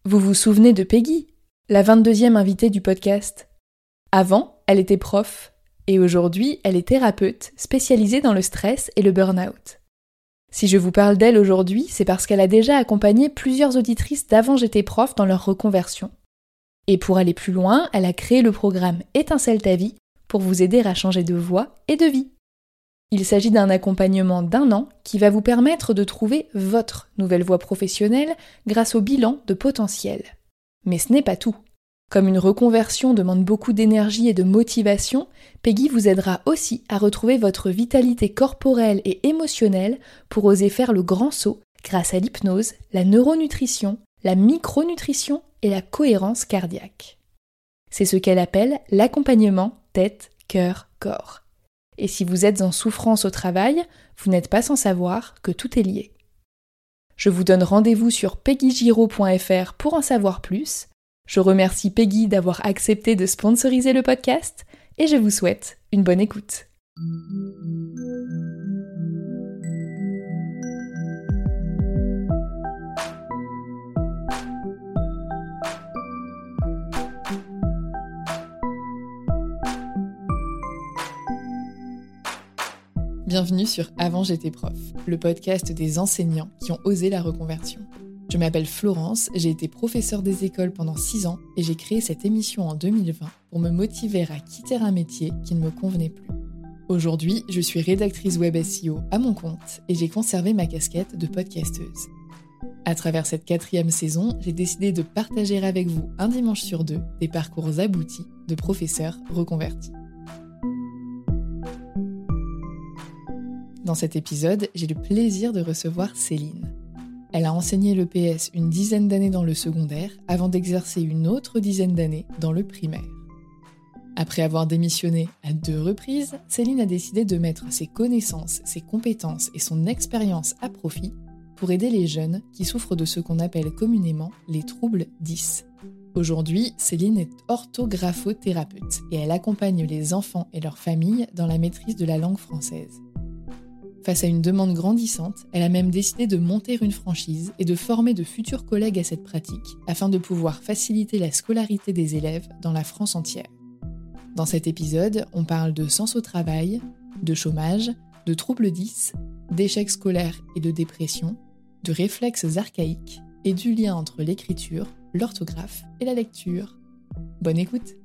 Vous vous souvenez de Peggy, la 22e invitée du podcast? Avant, elle était prof, et aujourd'hui, elle est thérapeute spécialisée dans le stress et le burn-out. Si je vous parle d'elle aujourd'hui, c'est parce qu'elle a déjà accompagné plusieurs auditrices d'Avant j'étais prof dans leur reconversion. Et pour aller plus loin, elle a créé le programme Étincelle ta vie pour vous aider à changer de voie et de vie. Il s'agit d'un accompagnement d'1 an qui va vous permettre de trouver votre nouvelle voie professionnelle grâce au bilan de potentiel. Mais ce n'est pas tout. Comme une reconversion demande beaucoup d'énergie et de motivation, Peggy vous aidera aussi à retrouver votre vitalité corporelle et émotionnelle pour oser faire le grand saut grâce à l'hypnose, la neuronutrition, la micronutrition et la cohérence cardiaque. C'est ce qu'elle appelle l'accompagnement tête, cœur, corps. Et si vous êtes en souffrance au travail, vous n'êtes pas sans savoir que tout est lié. Je vous donne rendez-vous sur peggygiraud.fr pour en savoir plus. Je remercie Peggy d'avoir accepté de sponsoriser le podcast et je vous souhaite une bonne écoute. Bienvenue sur Avant j'étais prof, le podcast des enseignants qui ont osé la reconversion. Je m'appelle Florence, j'ai été professeure des écoles pendant 6 ans et j'ai créé cette émission en 2020 pour me motiver à quitter un métier qui ne me convenait plus. Aujourd'hui, je suis rédactrice web SEO à mon compte et j'ai conservé ma casquette de podcasteuse. À travers cette 4e saison, j'ai décidé de partager avec vous un dimanche sur 2 des parcours aboutis de professeurs reconvertis. Dans cet épisode, j'ai le plaisir de recevoir Céline. Elle a enseigné l'EPS une dizaine d'années dans le secondaire avant d'exercer une autre dizaine d'années dans le primaire. Après avoir démissionné à 2 reprises, Céline a décidé de mettre ses connaissances, ses compétences et son expérience à profit pour aider les jeunes qui souffrent de ce qu'on appelle communément les troubles 10. Aujourd'hui, Céline est orthographo-thérapeute et elle accompagne les enfants et leurs familles dans la maîtrise de la langue française. Face à une demande grandissante, elle a même décidé de monter une franchise et de former de futurs collègues à cette pratique afin de pouvoir faciliter la scolarité des élèves dans la France entière. Dans cet épisode, on parle de sens au travail, de chômage, de troubles 10, d'échecs scolaires et de dépression, de réflexes archaïques et du lien entre l'écriture, l'orthographe et la lecture. Bonne écoute!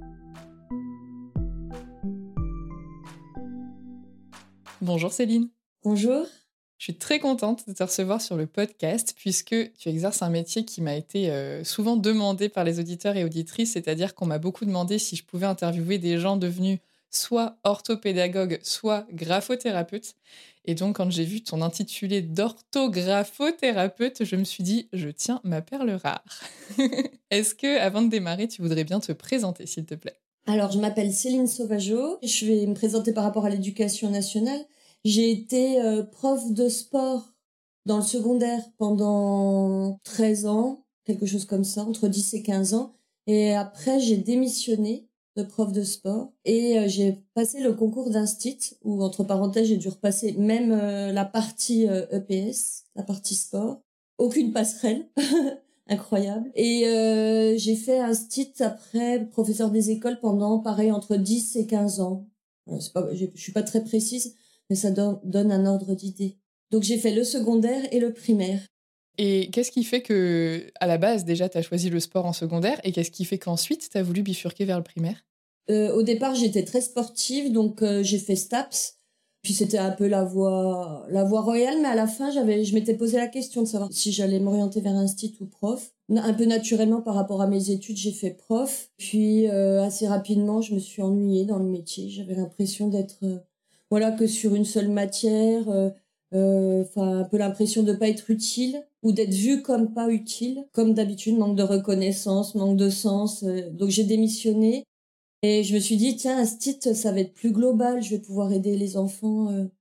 Bonjour Céline. Bonjour. Je suis très contente de te recevoir sur le podcast puisque tu exerces un métier qui m'a été souvent demandé par les auditeurs et auditrices, c'est-à-dire qu'on m'a beaucoup demandé si je pouvais interviewer des gens devenus soit orthopédagogues, soit graphothérapeutes. Et donc, quand j'ai vu ton intitulé d'orthographothérapeute, je me suis dit, je tiens ma perle rare. Est-ce que, avant de démarrer, tu voudrais bien te présenter, s'il te plaît ? Alors, je m'appelle Céline Sauvageau. Je vais me présenter par rapport à l'éducation nationale. J'ai été prof de sport dans le secondaire pendant 13 ans, quelque chose comme ça, entre 10 et 15 ans. Et après, j'ai démissionné de prof de sport et j'ai passé le concours d'instit, où, entre parenthèses, j'ai dû repasser même la partie EPS, la partie sport. Aucune passerelle. Incroyable. Et j'ai fait un stit après professeur des écoles pendant, pareil, entre 10 et 15 ans. Je suis pas très précise, mais ça donne un ordre d'idée. Donc j'ai fait le secondaire et le primaire. Et qu'est-ce qui fait que, à la base, déjà, tu as choisi le sport en secondaire et qu'est-ce qui fait qu'ensuite, tu as voulu bifurquer vers le primaire ? Au départ, j'étais très sportive, donc j'ai fait STAPS. Puis c'était un peu la voie royale, mais à la fin, je m'étais posé la question de savoir si j'allais m'orienter vers institut ou prof. Un peu naturellement par rapport à mes études, j'ai fait prof. Puis assez rapidement, je me suis ennuyée dans le métier. J'avais l'impression d'être que sur une seule matière, un peu l'impression de pas être utile ou d'être vue comme pas utile. Comme d'habitude, manque de reconnaissance, manque de sens. Donc j'ai démissionné. Et je me suis dit, tiens, un stit, ça va être plus global, je vais pouvoir aider les enfants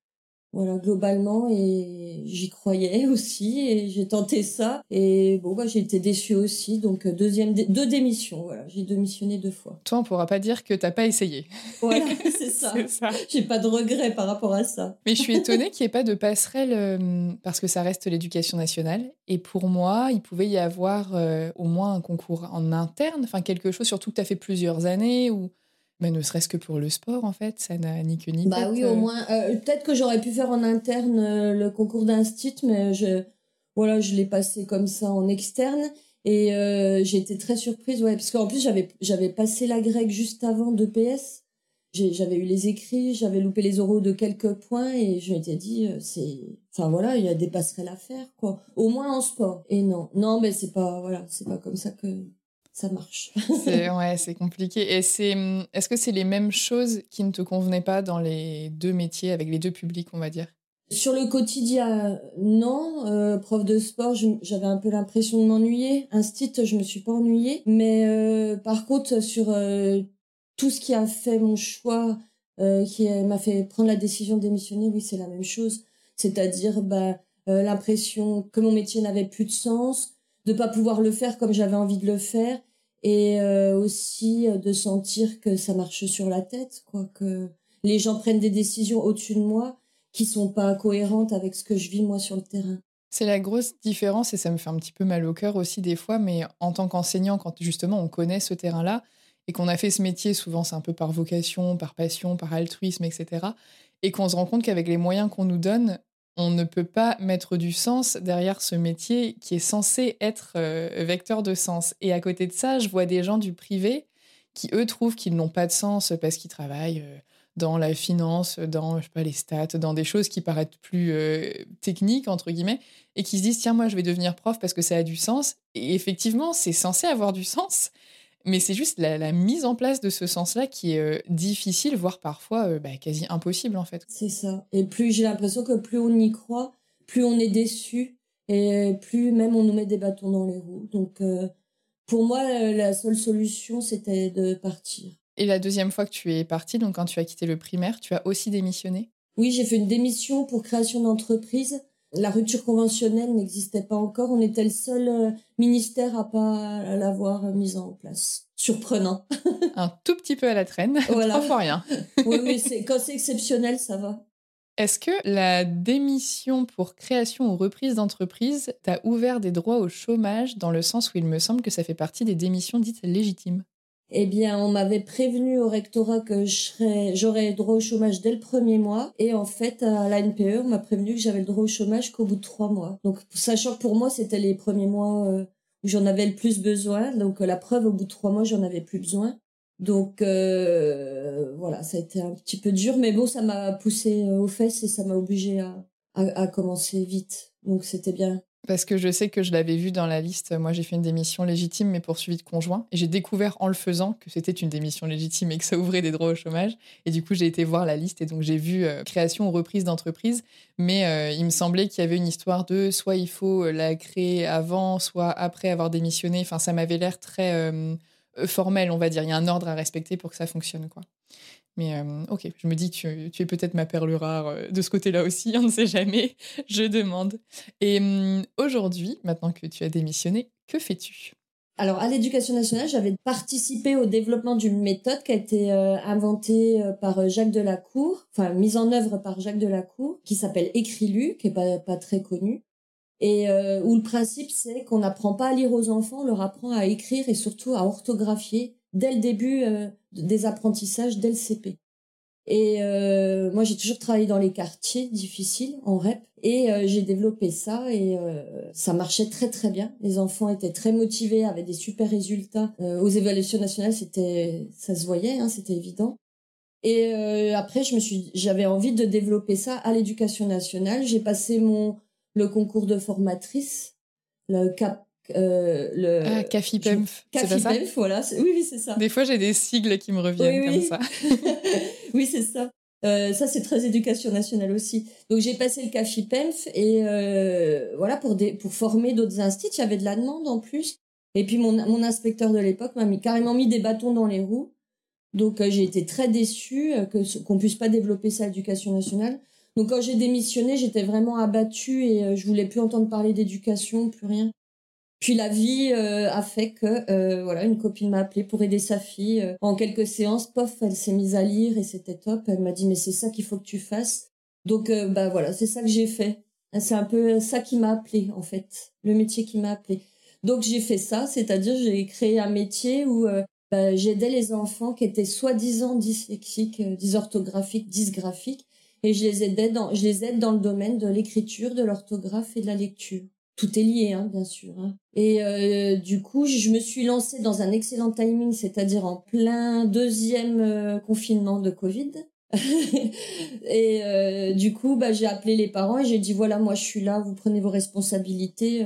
Voilà, globalement, et j'y croyais aussi, et j'ai tenté ça, et bon, j'ai été déçue aussi, donc deux démissions, voilà, j'ai démissionné 2 fois. Toi, on pourra pas dire que t'as pas essayé. Voilà, c'est C'est ça. ça. J'ai pas de regrets par rapport à ça. Mais je suis étonnée qu'il n'y ait pas de passerelle parce que ça reste l'éducation nationale. Et pour moi, il pouvait y avoir au moins un concours en interne, enfin quelque chose, surtout que tu as fait plusieurs années, ou mais ne serait-ce que pour le sport, en fait, ça n'a ni queue ni Bah tête. oui, au moins, peut-être que j'aurais pu faire en interne le concours d'instit, mais voilà, je l'ai passé comme ça en externe. Et j'ai été très surprise, ouais, parce qu'en plus j'avais passé la grecque juste avant de PS. J'avais eu les écrits, j'avais loupé les oraux de quelques points, et je m'étais dit enfin voilà, il y a des passerelles à faire, quoi. Au moins en sport. Et non, mais c'est pas comme ça que ça marche. C'est compliqué. Et est-ce que c'est les mêmes choses qui ne te convenaient pas dans les deux métiers, avec les deux publics, on va dire? Sur le quotidien, non. Prof de sport, j'avais un peu l'impression de m'ennuyer. Instit, je me suis pas ennuyée. Mais par contre, sur tout ce qui a fait mon choix, m'a fait prendre la décision de démissionner, oui, c'est la même chose. C'est-à-dire l'impression que mon métier n'avait plus de sens, de pas pouvoir le faire comme j'avais envie de le faire, et aussi de sentir que ça marche sur la tête, quoi, que les gens prennent des décisions au-dessus de moi qui sont pas cohérentes avec ce que je vis moi sur le terrain. C'est la grosse différence et ça me fait un petit peu mal au cœur aussi des fois, mais en tant qu'enseignant, quand justement on connaît ce terrain-là et qu'on a fait ce métier, souvent c'est un peu par vocation, par passion, par altruisme, etc. Et qu'on se rend compte qu'avec les moyens qu'on nous donne, on ne peut pas mettre du sens derrière ce métier qui est censé être vecteur de sens. Et à côté de ça, je vois des gens du privé qui, eux, trouvent qu'ils n'ont pas de sens parce qu'ils travaillent dans la finance, dans, je sais pas, les stats, dans des choses qui paraissent plus techniques, entre guillemets, et qui se disent, tiens, moi, je vais devenir prof parce que ça a du sens. Et effectivement, c'est censé avoir du sens, mais c'est juste la mise en place de ce sens-là qui est difficile, voire parfois quasi impossible, en fait. C'est ça. Et plus j'ai l'impression que plus on y croit, plus on est déçu, et plus même on nous met des bâtons dans les roues. Donc pour moi, la seule solution, c'était de partir. Et la deuxième fois que tu es partie, donc quand tu as quitté le primaire, tu as aussi démissionné? Oui, j'ai fait une démission pour création d'entreprise. La rupture conventionnelle n'existait pas encore. On était le seul ministère à pas l'avoir mise en place. Surprenant. Un tout petit peu à la traîne, Voilà. 3 fois rien. Oui, quand c'est exceptionnel, ça va. Est-ce que la démission pour création ou reprise d'entreprise t'a ouvert des droits au chômage dans le sens où il me semble que ça fait partie des démissions dites légitimes? Eh bien, on m'avait prévenu au rectorat que j'aurais droit au chômage dès le premier mois. Et en fait, à la NPE, on m'a prévenu que j'avais le droit au chômage qu'au bout de 3 mois. Donc, sachant que pour moi, c'était les premiers mois où j'en avais le plus besoin. Donc, la preuve, au bout de 3 mois, j'en avais plus besoin. Donc, voilà, ça a été un petit peu dur. Mais bon, ça m'a poussé aux fesses et ça m'a obligé à commencer vite. Donc, c'était bien. Parce que je sais que je l'avais vu dans la liste. Moi, j'ai fait une démission légitime, mais poursuivie de conjoint. Et j'ai découvert en le faisant que c'était une démission légitime et que ça ouvrait des droits au chômage. Et du coup, j'ai été voir la liste et donc j'ai vu création ou reprise d'entreprise. Mais il me semblait qu'il y avait une histoire de soit il faut la créer avant, soit après avoir démissionné. Enfin, ça m'avait l'air très formel, on va dire. Il y a un ordre à respecter pour que ça fonctionne, quoi. Mais ok, je me dis que tu es peut-être ma perle rare de ce côté-là aussi, on ne sait jamais, je demande. Et aujourd'hui, maintenant que tu as démissionné, que fais-tu? Alors, à l'Éducation nationale, j'avais participé au développement d'une méthode qui a été inventée par Jacques Delacour, enfin mise en œuvre par Jacques Delacour, qui s'appelle Écrit-Lu, qui est pas très connu, et où le principe c'est qu'on n'apprend pas à lire aux enfants, on leur apprend à écrire et surtout à orthographier dès le début des apprentissages, dès le CP. Et moi, j'ai toujours travaillé dans les quartiers difficiles, en REP, et j'ai développé ça, et ça marchait très très bien. Les enfants étaient très motivés, avaient des super résultats. Aux évaluations nationales, ça se voyait, hein, c'était évident. Et après, j'avais envie de développer ça à l'Éducation nationale. J'ai passé le concours de formatrice, le CAP. CAFIPEMF, c'est pas ça? CAFIPEMF, voilà. Oui, c'est ça. Des fois, j'ai des sigles qui me reviennent comme ça. Oui, c'est ça. Ça, c'est très éducation nationale aussi. Donc, j'ai passé le CAFIPEMF et voilà, pour former d'autres instituts. Il y avait de la demande en plus. Et puis, mon inspecteur de l'époque m'a carrément mis des bâtons dans les roues. Donc, j'ai été très déçue qu'on puisse pas développer ça à l'éducation nationale. Donc quand j'ai démissionné, j'étais vraiment abattue et je voulais plus entendre parler d'éducation, plus rien. Puis la vie a fait que voilà, une copine m'a appelée pour aider sa fille. En quelques séances, pof, elle s'est mise à lire et c'était top. Elle m'a dit mais c'est ça qu'il faut que tu fasses. Donc bah voilà, c'est ça que j'ai fait. C'est un peu ça qui m'a appelée en fait, le métier qui m'a appelée. Donc j'ai fait ça, c'est-à-dire j'ai créé un métier où bah, j'aidais les enfants qui étaient soi-disant dyslexiques, dysorthographiques, dysgraphiques, et je les aide dans le domaine de l'écriture, de l'orthographe et de la lecture. Tout est lié, hein, bien sûr. Hein. Et du coup, je me suis lancée dans un excellent timing, c'est-à-dire en plein deuxième confinement de Covid. Et du coup, bah, j'ai appelé les parents et j'ai dit voilà, moi je suis là, vous prenez vos responsabilités.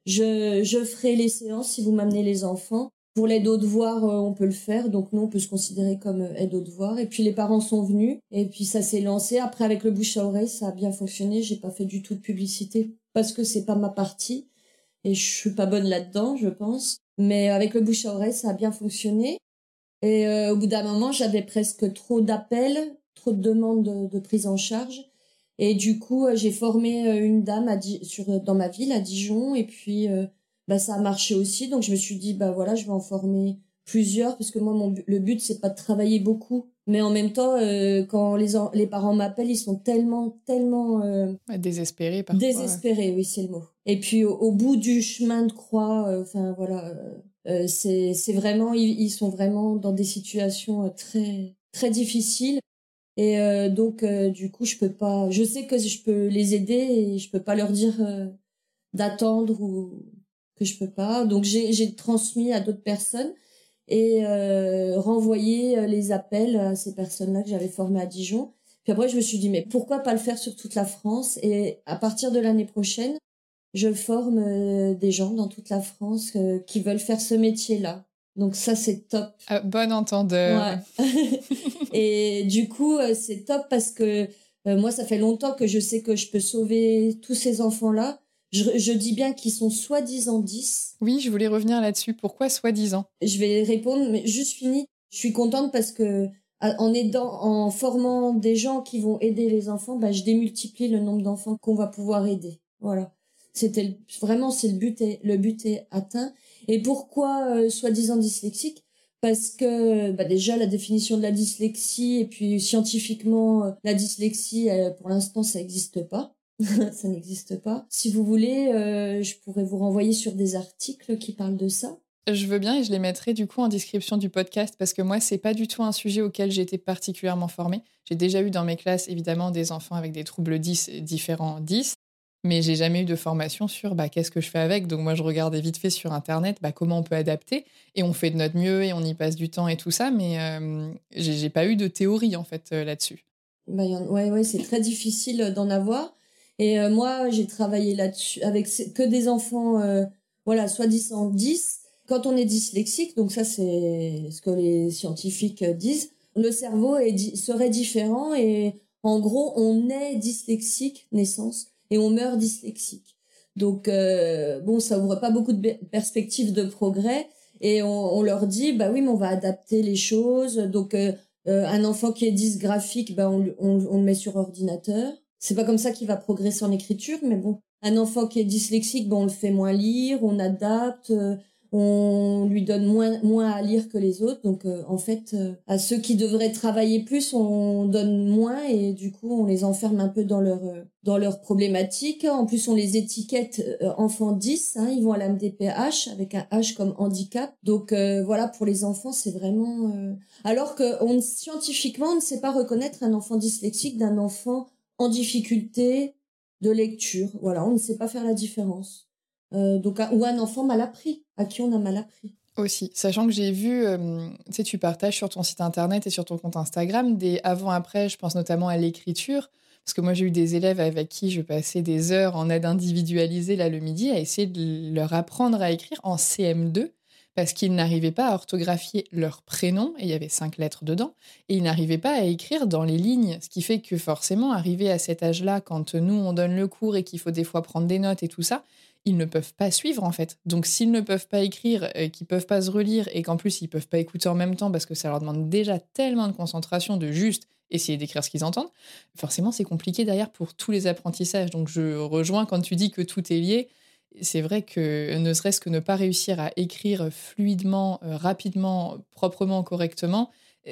Je ferai les séances si vous m'amenez les enfants. Pour l'aide aux devoirs, on peut le faire, donc nous on peut se considérer comme aide aux devoirs. Et puis les parents sont venus et puis ça s'est lancé. Après avec le bouche à oreille, ça a bien fonctionné. J'ai pas fait du tout de publicité parce que c'est pas ma partie et je suis pas bonne là-dedans, je pense. Mais avec le bouche à oreille, ça a bien fonctionné. Et au bout d'un moment, j'avais presque trop d'appels, trop de demandes de prise en charge. Et du coup, j'ai formé une dame dans ma ville, à Dijon. Et puis, bah, ça a marché aussi. Donc, je me suis dit, bah voilà, je vais en former plusieurs. Parce que moi, le but, c'est pas de travailler beaucoup. Mais en même temps, quand les parents m'appellent, ils sont tellement Désespérés parfois. désespérés, oui, c'est le mot. Et puis, au bout du chemin de croix, enfin, voilà... c'est vraiment ils sont vraiment dans des situations très très difficiles et donc du coup je sais que je peux les aider et je peux pas leur dire d'attendre ou que je peux pas, donc j'ai transmis à d'autres personnes et renvoyé les appels à ces personnes-là que j'avais formées à Dijon. Puis après je me suis dit mais pourquoi pas le faire sur toute la France, et à partir de l'année prochaine je forme des gens dans toute la France qui veulent faire ce métier-là. Donc ça, c'est top. Ah, bon entendeur. Ouais. Et du coup, c'est top parce que moi, ça fait longtemps que je sais que je peux sauver tous ces enfants-là. Je dis bien qu'ils sont soi-disant 10. Oui, je voulais revenir là-dessus. Pourquoi soi-disant ? Je vais répondre, mais juste fini. Je suis contente parce que en formant des gens qui vont aider les enfants, bah, je démultiplie le nombre d'enfants qu'on va pouvoir aider. Voilà. Vraiment, le but est atteint. Et pourquoi soi-disant dyslexique? Parce que bah déjà la définition de la dyslexie et puis scientifiquement la dyslexie pour l'instant ça n'existe pas. Ça n'existe pas. Si vous voulez, je pourrais vous renvoyer sur des articles qui parlent de ça. Je veux bien et je les mettrai du coup en description du podcast parce que moi, c'est pas du tout un sujet auquel j'ai été particulièrement formée. J'ai déjà eu dans mes classes, évidemment, des enfants avec des troubles 10, différents 10, mais j'ai jamais eu de formation sur qu'est-ce que je fais avec. Donc moi, je regardais vite fait sur Internet comment on peut adapter et on fait de notre mieux et on y passe du temps et tout ça, mais j'ai pas eu de théorie en fait là-dessus. Bah, ouais, c'est très difficile d'en avoir. Et moi, j'ai travaillé là-dessus avec que des enfants, voilà, soi-disant 10. Quand on est dyslexique, donc ça c'est ce que les scientifiques disent, le cerveau serait différent et en gros, on est dyslexique naissance et on meurt dyslexique. Donc bon, ça ouvre pas beaucoup de perspectives de progrès et on leur dit bah oui, mais on va adapter les choses. Donc un enfant qui est dysgraphique, bah on le met sur ordinateur. C'est pas comme ça qu'il va progresser en écriture, mais bon, un enfant qui est dyslexique, on le fait moins lire, on adapte, on lui donne moins à lire que les autres. Donc en fait, à ceux qui devraient travailler plus, on donne moins et du coup, on les enferme un peu dans leur problématique. En plus, on les étiquette enfants 10, hein, ils vont à la MDPH avec un H comme handicap. Donc voilà, pour les enfants, c'est vraiment alors que scientifiquement, on ne sait pas reconnaître un enfant dyslexique d'un enfant en difficulté de lecture. Voilà, on ne sait pas faire la différence. Donc, ou un enfant mal appris, à qui on a mal appris. Aussi, sachant que j'ai vu, tu partages sur ton site internet et sur ton compte Instagram des avant-après, je pense notamment à l'écriture, parce que moi j'ai eu des élèves avec qui je passais des heures en aide individualisée là le midi à essayer de leur apprendre à écrire en CM2, parce qu'ils n'arrivaient pas à orthographier leur prénom, et il y avait 5 lettres dedans, et ils n'arrivaient pas à écrire dans les lignes, ce qui fait que forcément, arrivé à cet âge-là, quand nous on donne le cours et qu'il faut des fois prendre des notes et tout ça, ils ne peuvent pas suivre en fait. Donc s'ils ne peuvent pas écrire, qu'ils peuvent pas se relire et qu'en plus ils peuvent pas écouter en même temps parce que ça leur demande déjà tellement de concentration de juste essayer d'écrire ce qu'ils entendent, forcément c'est compliqué derrière pour tous les apprentissages. Donc je rejoins quand tu dis que tout est lié. C'est vrai que ne serait-ce que ne pas réussir à écrire fluidement, rapidement, proprement, correctement,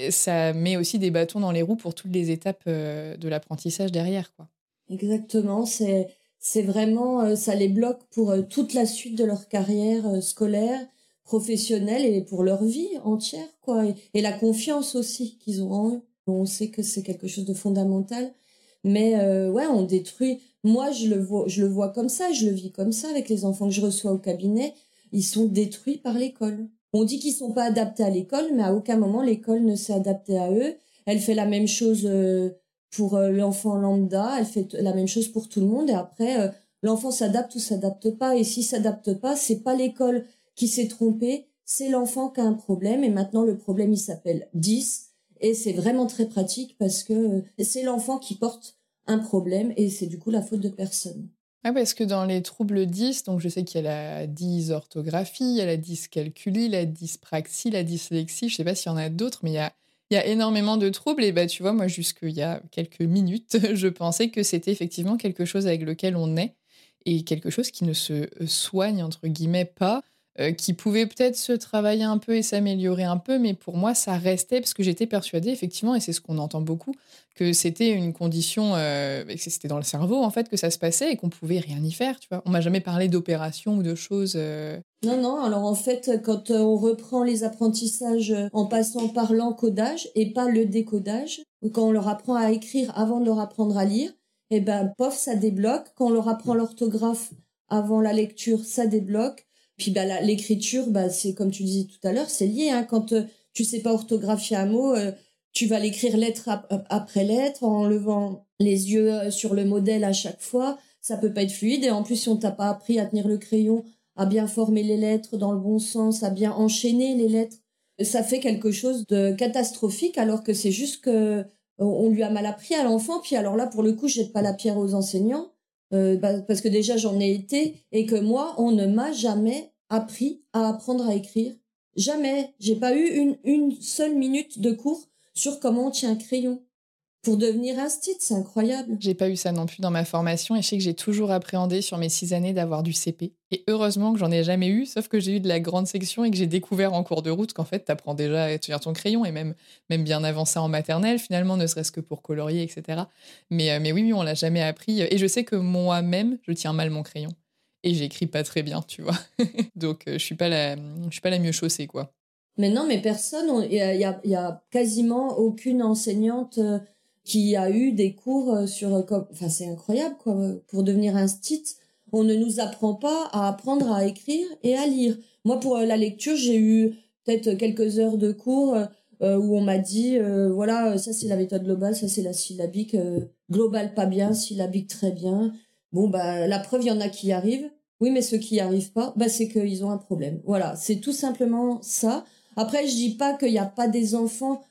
ça met aussi des bâtons dans les roues pour toutes les étapes de l'apprentissage derrière, quoi. Exactement, c'est vraiment ça les bloque pour toute la suite de leur carrière scolaire, professionnelle et pour leur vie entière quoi et la confiance aussi qu'ils ont en eux. On sait que c'est quelque chose de fondamental, mais ouais, on détruit. Moi, je le vois comme ça, je le vis comme ça avec les enfants que je reçois au cabinet, ils sont détruits par l'école. On dit qu'ils sont pas adaptés à l'école, mais à aucun moment l'école ne s'est adaptée à eux. Elle fait la même chose pour l'enfant lambda, elle fait la même chose pour tout le monde et après l'enfant s'adapte ou s'adapte pas et s'il s'adapte pas, c'est pas l'école qui s'est trompée, c'est l'enfant qui a un problème et maintenant le problème il s'appelle 10 et c'est vraiment très pratique parce que c'est l'enfant qui porte un problème et c'est du coup la faute de personne. Ouais, parce que dans les troubles 10, donc je sais qu'il y a la dysorthographie, il y a la dyscalculie, la dyspraxie, la dyslexie, je sais pas s'il y en a d'autres, mais il y a énormément de troubles. Et bah, tu vois, moi, jusqu'il y a quelques minutes, je pensais que c'était effectivement quelque chose avec lequel on est et quelque chose qui ne se soigne, entre guillemets, pas, qui pouvait peut-être se travailler un peu et s'améliorer un peu, mais pour moi, ça restait parce que j'étais persuadée, effectivement, et c'est ce qu'on entend beaucoup, que c'était une condition, et que c'était dans le cerveau, en fait, que ça se passait et qu'on pouvait rien y faire, tu vois. On m'a jamais parlé d'opération ou de choses. Non, non, alors en fait, quand on reprend les apprentissages en passant par l'encodage et pas le décodage, quand on leur apprend à écrire avant de leur apprendre à lire, eh ben, pof, ça débloque. Quand on leur apprend l'orthographe avant la lecture, ça débloque. Puis bah, l'écriture, bah, c'est comme tu disais tout à l'heure, c'est lié. Hein, quand tu sais pas orthographier un mot, tu vas l'écrire lettre après lettre en levant les yeux sur le modèle à chaque fois. Ça peut pas être fluide. Et en plus, si on t'a pas appris à tenir le crayon, à bien former les lettres dans le bon sens, à bien enchaîner les lettres, ça fait quelque chose de catastrophique alors que c'est juste que on lui a mal appris à l'enfant. Puis alors là, pour le coup, je jette pas la pierre aux enseignants parce que déjà j'en ai été et que moi, on ne m'a jamais appris à apprendre à écrire. Jamais. J'ai pas eu une seule minute de cours sur comment on tient un crayon. Pour devenir instit, c'est incroyable. J'ai pas eu ça non plus dans ma formation et je sais que j'ai toujours appréhendé sur mes 6 années d'avoir du CP. Et heureusement que j'en ai jamais eu, sauf que j'ai eu de la grande section et que j'ai découvert en cours de route qu'en fait, t'apprends déjà à tenir ton crayon et même bien avant ça en maternelle, finalement, ne serait-ce que pour colorier, etc. Mais oui, on l'a jamais appris. Et je sais que moi-même, je tiens mal mon crayon. Et j'écris pas très bien, tu vois. Donc, je suis pas la mieux chaussée, quoi. Mais non, mais personne, il y a quasiment aucune enseignante qui a eu des cours sur, enfin c'est incroyable quoi. Pour devenir instit, on ne nous apprend pas à apprendre à écrire et à lire. Moi, pour la lecture, j'ai eu peut-être quelques heures de cours où on m'a dit, voilà, ça c'est la méthode globale, ça c'est la syllabique globale pas bien, syllabique très bien. Bon bah la preuve, il y en a qui y arrivent. Oui, mais ceux qui y arrivent pas, bah c'est qu'ils ont un problème. Voilà, c'est tout simplement ça. Après, je dis pas qu'il y a pas des enfants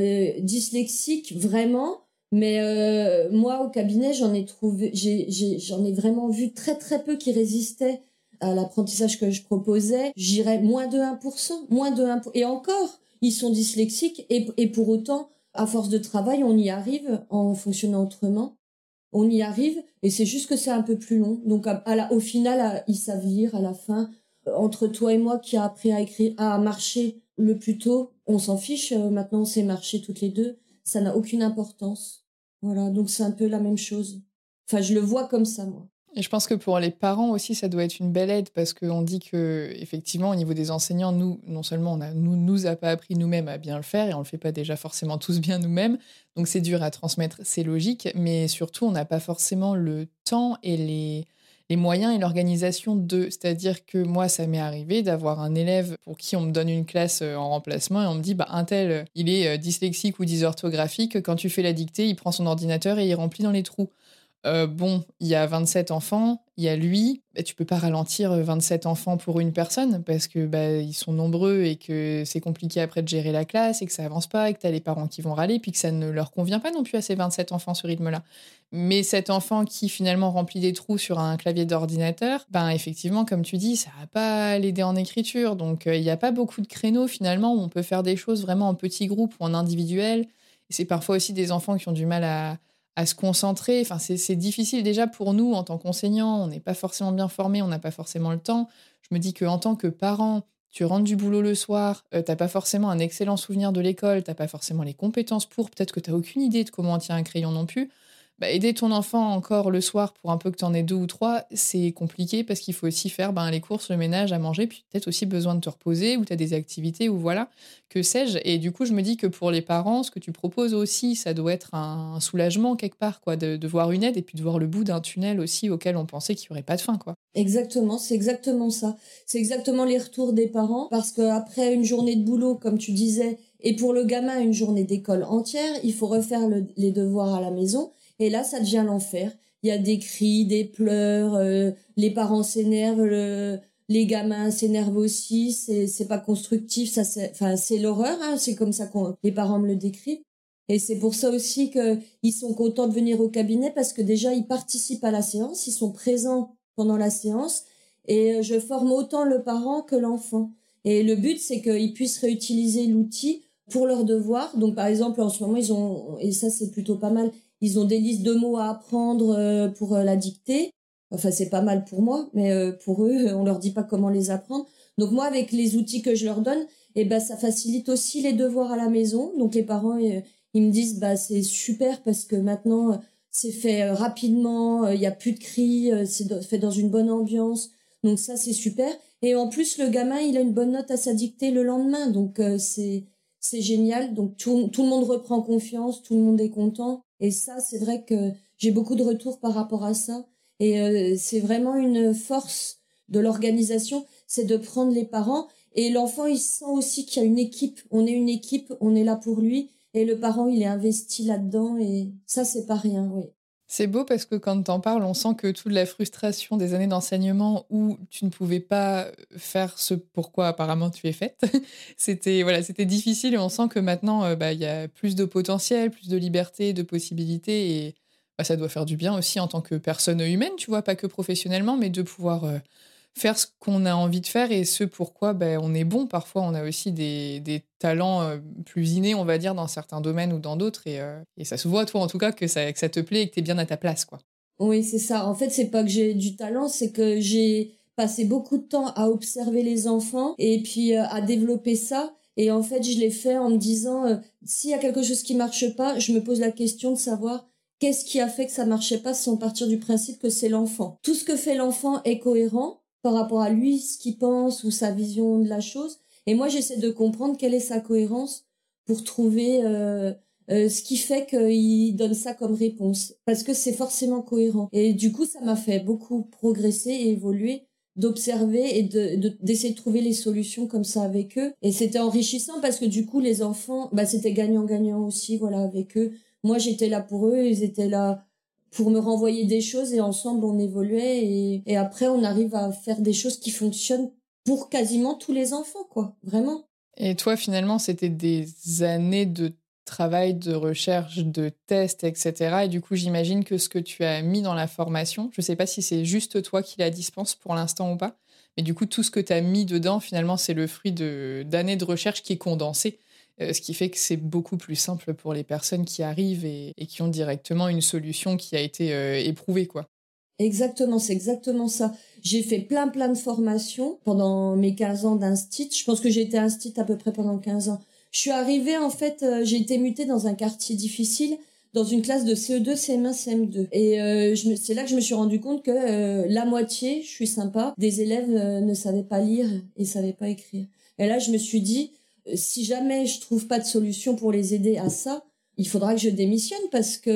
dyslexiques vraiment, mais moi au cabinet, j'en ai trouvé, j'en ai vraiment vu très très peu qui résistaient à l'apprentissage que je proposais. J'irais moins de 1%, moins de 1%. Et encore, ils sont dyslexiques et pour autant, à force de travail, on y arrive en fonctionnant autrement. On y arrive et c'est juste que c'est un peu plus long. Donc au final, ils savent lire à la fin. Entre toi et moi qui a appris à écrire, à marcher le plus tôt, on s'en fiche. Maintenant, on sait marcher toutes les deux. Ça n'a aucune importance. Voilà, donc c'est un peu la même chose. Enfin, je le vois comme ça, moi. Et je pense que pour les parents aussi, ça doit être une belle aide parce qu'on dit que effectivement, au niveau des enseignants, nous, non seulement nous a pas appris nous-mêmes à bien le faire et on le fait pas déjà forcément tous bien nous-mêmes, donc c'est dur à transmettre, c'est logique, mais surtout on n'a pas forcément le temps et les moyens et l'organisation de. C'est-à-dire que moi, ça m'est arrivé d'avoir un élève pour qui on me donne une classe en remplacement et on me dit, bah un tel, il est dyslexique ou dysorthographique. Quand tu fais la dictée, il prend son ordinateur et il remplit dans les trous. bon, il y a 27 enfants, il y a lui, bah, tu peux pas ralentir, 27 enfants pour une personne parce que, bah, ils sont nombreux et que c'est compliqué après de gérer la classe et que ça avance pas et que tu as les parents qui vont râler, puis que ça ne leur convient pas non plus à ces 27 enfants, ce rythme-là. Mais cet enfant qui finalement remplit des trous sur un clavier d'ordinateur, ben, effectivement, comme tu dis, ça va pas l'aider en écriture. Donc, il y a pas beaucoup de créneaux finalement où on peut faire des choses vraiment en petits groupes ou en individuel. Et c'est parfois aussi des enfants qui ont du mal à se concentrer. Enfin, c'est difficile déjà pour nous en tant qu'enseignants. On n'est pas forcément bien formés, on n'a pas forcément le temps. Je me dis qu'en tant que parent, tu rentres du boulot le soir, t'as pas forcément un excellent souvenir de l'école, t'as pas forcément les compétences pour, peut-être que t'as aucune idée de comment on tient un crayon non plus. Bah, aider ton enfant encore le soir pour un peu que t'en aies 2 ou 3, c'est compliqué parce qu'il faut aussi faire, ben, les courses, le ménage, à manger, puis peut-être aussi besoin de te reposer ou t'as des activités ou voilà, que sais-je. Et du coup, je me dis que pour les parents, ce que tu proposes aussi, ça doit être un soulagement quelque part, quoi, de voir une aide et puis de voir le bout d'un tunnel aussi auquel on pensait qu'il y aurait pas de fin, quoi. Exactement, c'est exactement ça. C'est exactement les retours des parents parce que après une journée de boulot, comme tu disais, et pour le gamin une journée d'école entière, il faut refaire les devoirs à la maison et là ça devient l'enfer. Il y a des cris, des pleurs, les parents s'énervent, les gamins s'énervent aussi. C'est pas constructif, ça c'est l'horreur. Hein, c'est comme ça qu'on les parents me le décrivent. Et c'est pour ça aussi que ils sont contents de venir au cabinet parce que déjà ils participent à la séance, ils sont présents pendant la séance et je forme autant le parent que l'enfant. Et le but, c'est qu'ils puissent réutiliser l'outil pour leurs devoirs. Donc, par exemple, en ce moment, ils ont, et ça, c'est plutôt pas mal, ils ont des listes de mots à apprendre pour la dictée. Enfin, c'est pas mal pour moi, mais pour eux, on leur dit pas comment les apprendre. Donc, moi, avec les outils que je leur donne, eh ben, ça facilite aussi les devoirs à la maison. Donc, les parents, ils me disent, bah, c'est super parce que maintenant, c'est fait rapidement, il y a plus de cris, fait dans une bonne ambiance. Donc ça, c'est super. Et en plus, le gamin, il a une bonne note à sa dictée le lendemain. Donc c'est génial. Donc tout le monde reprend confiance, tout le monde est content. Et ça, c'est vrai que j'ai beaucoup de retours par rapport à ça. Et c'est vraiment une force de l'organisation, c'est de prendre les parents. Et l'enfant, il sent aussi qu'il y a une équipe. On est une équipe, on est là pour lui. Et le parent, il est investi là-dedans. Et ça, c'est pas rien, oui. C'est beau parce que quand t'en parles, on sent que toute la frustration des années d'enseignement où tu ne pouvais pas faire ce pourquoi apparemment tu es faite, c'était voilà, c'était difficile et on sent que maintenant, bah, il y a plus de potentiel, plus de liberté, de possibilités et bah, ça doit faire du bien aussi en tant que personne humaine, tu vois, pas que professionnellement, mais de pouvoir faire ce qu'on a envie de faire et ce pourquoi ben, on est bon. Parfois, on a aussi des talents plus innés, on va dire, dans certains domaines ou dans d'autres. Et ça se voit, toi, en tout cas, que ça te plaît et que tu es bien à ta place, quoi. Oui, c'est ça. En fait, c'est pas que j'ai du talent, c'est que j'ai passé beaucoup de temps à observer les enfants et puis à développer ça. Et en fait, je l'ai fait en me disant, s'il y a quelque chose qui marche pas, je me pose la question de savoir qu'est-ce qui a fait que ça marchait pas sans partir du principe que c'est l'enfant. Tout ce que fait l'enfant est cohérent par rapport à lui, ce qu'il pense ou sa vision de la chose. Et moi, j'essaie de comprendre quelle est sa cohérence pour trouver ce qui fait qu'il donne ça comme réponse, parce que c'est forcément cohérent. Et du coup, ça m'a fait beaucoup progresser et évoluer, d'observer et d'essayer de trouver les solutions comme ça avec eux. Et c'était enrichissant parce que du coup, les enfants, bah, c'était gagnant-gagnant aussi, voilà, avec eux. Moi, j'étais là pour eux, ils étaient là pour me renvoyer des choses et ensemble, on évoluait et après, on arrive à faire des choses qui fonctionnent pour quasiment tous les enfants, quoi, vraiment. Et toi, finalement, c'était des années de travail, de recherche, de tests, etc. Et du coup, j'imagine que ce que tu as mis dans la formation, je ne sais pas si c'est juste toi qui la dispense pour l'instant ou pas, mais du coup, tout ce que tu as mis dedans, finalement, c'est le fruit d'années de recherche qui est condensé, ce qui fait que c'est beaucoup plus simple pour les personnes qui arrivent et qui ont directement une solution qui a été éprouvée, quoi. Exactement, c'est exactement ça. J'ai fait plein de formations pendant mes 15 ans d'instit. Je pense que j'ai été instit à peu près pendant 15 ans. Je suis arrivée, en fait, j'ai été mutée dans un quartier difficile, dans une classe de CE2, CM1, CM2. Et c'est là que je me suis rendu compte que la moitié, je suis sympa, des élèves ne savaient pas lire et savaient pas écrire. Et là, je me suis dit, si jamais je trouve pas de solution pour les aider à ça, il faudra que je démissionne parce que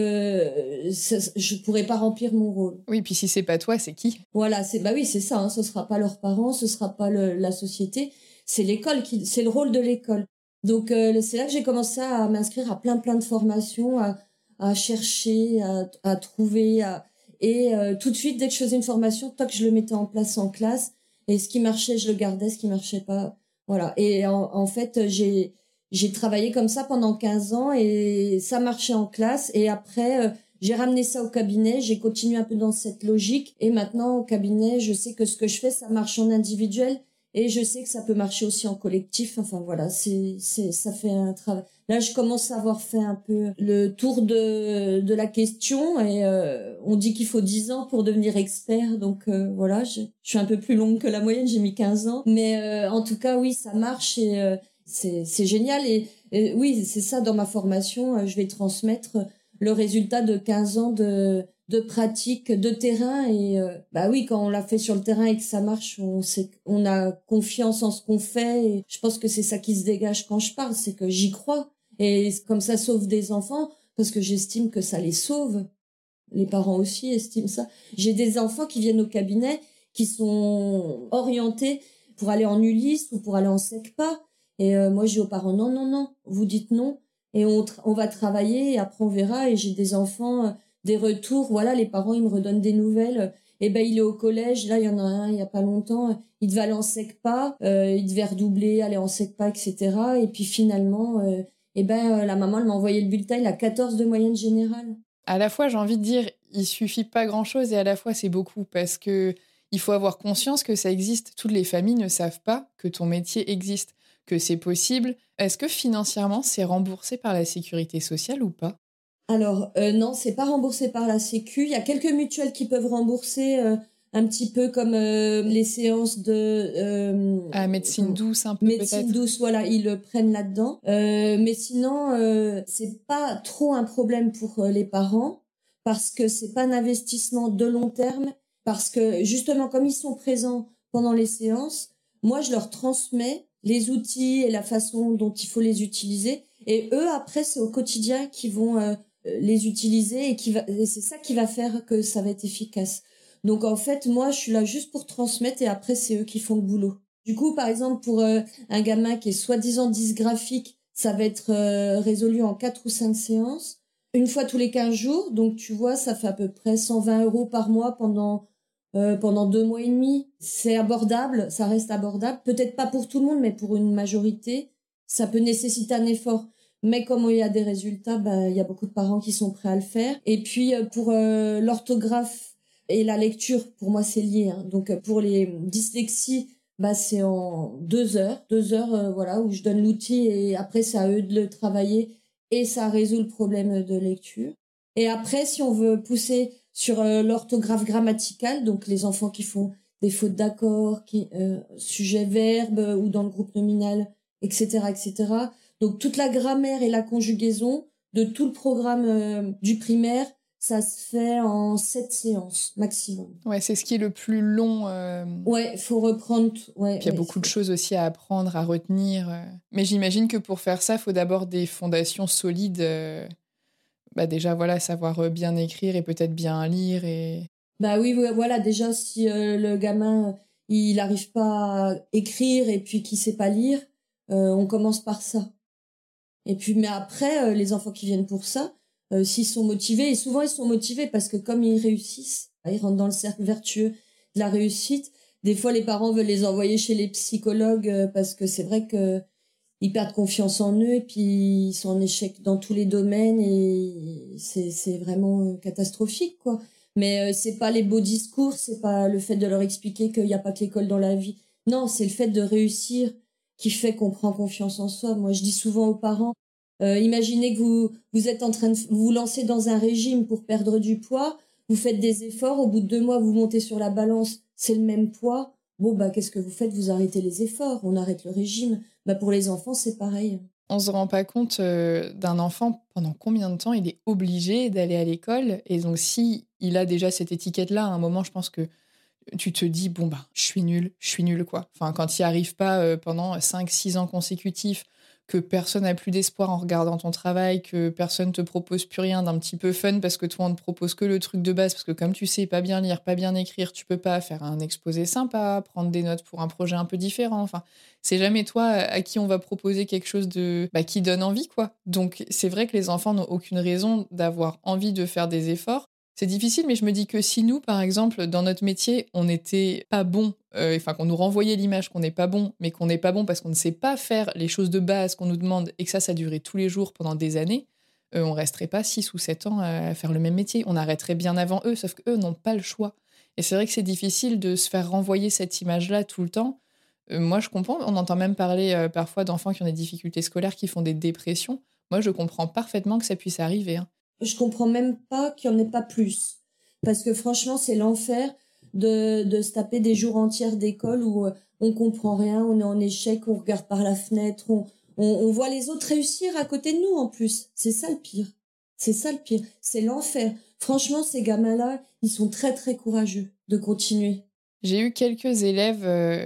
je pourrais pas remplir mon rôle. Oui, puis si c'est pas toi, c'est qui? Voilà, bah oui, c'est ça, hein, ce sera pas leurs parents, ce sera pas la société, c'est l'école c'est le rôle de l'école. Donc c'est là que j'ai commencé à m'inscrire à plein de formations, à chercher, à trouver Et tout de suite, dès que je faisais une formation, toc, je le mettais en place en classe. Et ce qui marchait, je le gardais. Ce qui marchait pas, voilà. Et en fait, j'ai travaillé comme ça pendant 15 ans et ça marchait en classe. Et après, j'ai ramené ça au cabinet. J'ai continué un peu dans cette logique. Et maintenant, au cabinet, je sais que ce que je fais, ça marche en individuel. Et je sais que ça peut marcher aussi en collectif. Enfin, voilà, ça fait un travail. Là, je commence à avoir fait un peu le tour de la question et on dit qu'il faut 10 ans pour devenir expert. Donc voilà, je suis un peu plus longue que la moyenne, j'ai mis 15 ans. Mais en tout cas, oui, ça marche et c'est génial. Et oui, c'est ça, dans ma formation, je vais transmettre le résultat de 15 ans de pratique de terrain et bah oui, quand on l'a fait sur le terrain et que ça marche, on a confiance en ce qu'on fait et je pense que c'est ça qui se dégage quand je parle, c'est que j'y crois et comme ça sauve des enfants parce que j'estime que ça les sauve. Les parents aussi estiment ça. J'ai des enfants qui viennent au cabinet qui sont orientés pour aller en Ulysse ou pour aller en SECPA et moi je dis aux parents non, vous dites non et on va travailler et après on verra et j'ai des enfants des retours, voilà, les parents ils me redonnent des nouvelles. Et ben il est au collège, là il y en a un il y a pas longtemps, il devait aller en SECPA, il devait redoubler, aller en SECPA, etc. Et puis finalement, la maman elle m'a envoyé le bulletin, il a 14 de moyenne générale. À la fois, j'ai envie de dire, il suffit pas grand-chose et à la fois, c'est beaucoup parce que il faut avoir conscience que ça existe. Toutes les familles ne savent pas que ton métier existe, que c'est possible. Est-ce que financièrement, c'est remboursé par la sécurité sociale ou pas? Alors non, c'est pas remboursé par la Sécu. Il y a quelques mutuelles qui peuvent rembourser un petit peu comme les séances de Médecine douce, un peu médecine peut-être. douce, voilà, ils le prennent là-dedans. Mais sinon, c'est pas trop un problème pour les parents parce que c'est pas un investissement de long terme. Parce que justement, comme ils sont présents pendant les séances, moi je leur transmets les outils et la façon dont il faut les utiliser. Et eux, après, c'est au quotidien qu'ils vont les utiliser et c'est ça qui va faire que ça va être efficace. Donc en fait, moi, je suis là juste pour transmettre et après, c'est eux qui font le boulot. Du coup, par exemple, pour un gamin qui est soi-disant dysgraphique, ça va être résolu en 4 ou 5 séances, une fois tous les 15 jours. Donc tu vois, ça fait à peu près 120 € par mois pendant 2 mois et demi. C'est abordable, ça reste abordable. Peut-être pas pour tout le monde, mais pour une majorité, ça peut nécessiter un effort. Mais comme il y a des résultats, il y a beaucoup de parents qui sont prêts à le faire. Et puis pour l'orthographe et la lecture, pour moi c'est lié. Hein. Donc pour les dyslexies, c'est en 2 heures. 2 heures, voilà, où je donne l'outil et après c'est à eux de le travailler et ça résout le problème de lecture. Et après, si on veut pousser sur l'orthographe grammaticale, donc les enfants qui font des fautes d'accord, sujet verbe ou dans le groupe nominal, etc., etc. Donc toute la grammaire et la conjugaison de tout le programme du primaire, ça se fait en 7 séances maximum. Ouais, c'est ce qui est le plus long. Ouais, faut reprendre. Ouais, Puis il y a beaucoup de choses aussi à apprendre, à retenir. Mais j'imagine que pour faire ça, il faut d'abord des fondations solides. Déjà, voilà, savoir bien écrire et peut-être bien lire. Bah oui, voilà, déjà, si le gamin, il n'arrive pas à écrire et puis qu'il sait pas lire, on commence par ça. Et puis, mais après, les enfants qui viennent pour ça, s'ils sont motivés, et souvent ils sont motivés parce que comme ils réussissent, ils rentrent dans le cercle vertueux de la réussite. Des fois, les parents veulent les envoyer chez les psychologues parce que c'est vrai que ils perdent confiance en eux et puis ils sont en échec dans tous les domaines et c'est vraiment catastrophique, quoi. Mais c'est pas les beaux discours, c'est pas le fait de leur expliquer qu'il n'y a pas que l'école dans la vie. Non, c'est le fait de réussir qui fait qu'on prend confiance en soi. Moi, je dis souvent aux parents, imaginez que vous êtes en train de vous lancer dans un régime pour perdre du poids, vous faites des efforts, au bout de 2 mois, vous montez sur la balance, c'est le même poids. Bon, qu'est-ce que vous faites? Vous arrêtez les efforts, on arrête le régime. Pour les enfants, c'est pareil. On se rend pas compte d'un enfant pendant combien de temps il est obligé d'aller à l'école. Et donc, si il a déjà cette étiquette-là, à un moment, je pense que tu te dis, je suis nul, quoi. Enfin, quand il n'y arrive pas pendant 5-6 ans consécutifs, que personne n'a plus d'espoir en regardant ton travail, que personne te propose plus rien d'un petit peu fun parce que toi, on te propose que le truc de base, parce que comme tu sais pas bien lire, pas bien écrire, tu peux pas faire un exposé sympa, prendre des notes pour un projet un peu différent. Enfin, c'est jamais toi à qui on va proposer quelque chose qui donne envie, quoi. Donc, c'est vrai que les enfants n'ont aucune raison d'avoir envie de faire des efforts C'est difficile, mais je me dis que si nous, par exemple, dans notre métier, on n'était pas bon, qu'on nous renvoyait l'image qu'on n'est pas bon, mais qu'on n'est pas bon parce qu'on ne sait pas faire les choses de base qu'on nous demande et que ça durait tous les jours pendant des années, on resterait pas 6 ou 7 ans à faire le même métier. On arrêterait bien avant eux, sauf qu'eux n'ont pas le choix. Et c'est vrai que c'est difficile de se faire renvoyer cette image-là tout le temps. Moi, je comprends. On entend même parler parfois d'enfants qui ont des difficultés scolaires, qui font des dépressions. Moi, je comprends parfaitement que ça puisse arriver, hein. Je comprends même pas qu'il n'y en ait pas plus. Parce que franchement, c'est l'enfer de se taper des jours entiers d'école où on comprend rien, on est en échec, on regarde par la fenêtre, on voit les autres réussir à côté de nous en plus. C'est ça le pire. C'est ça le pire. C'est l'enfer. Franchement, ces gamins-là, ils sont très très courageux de continuer. J'ai eu quelques élèves,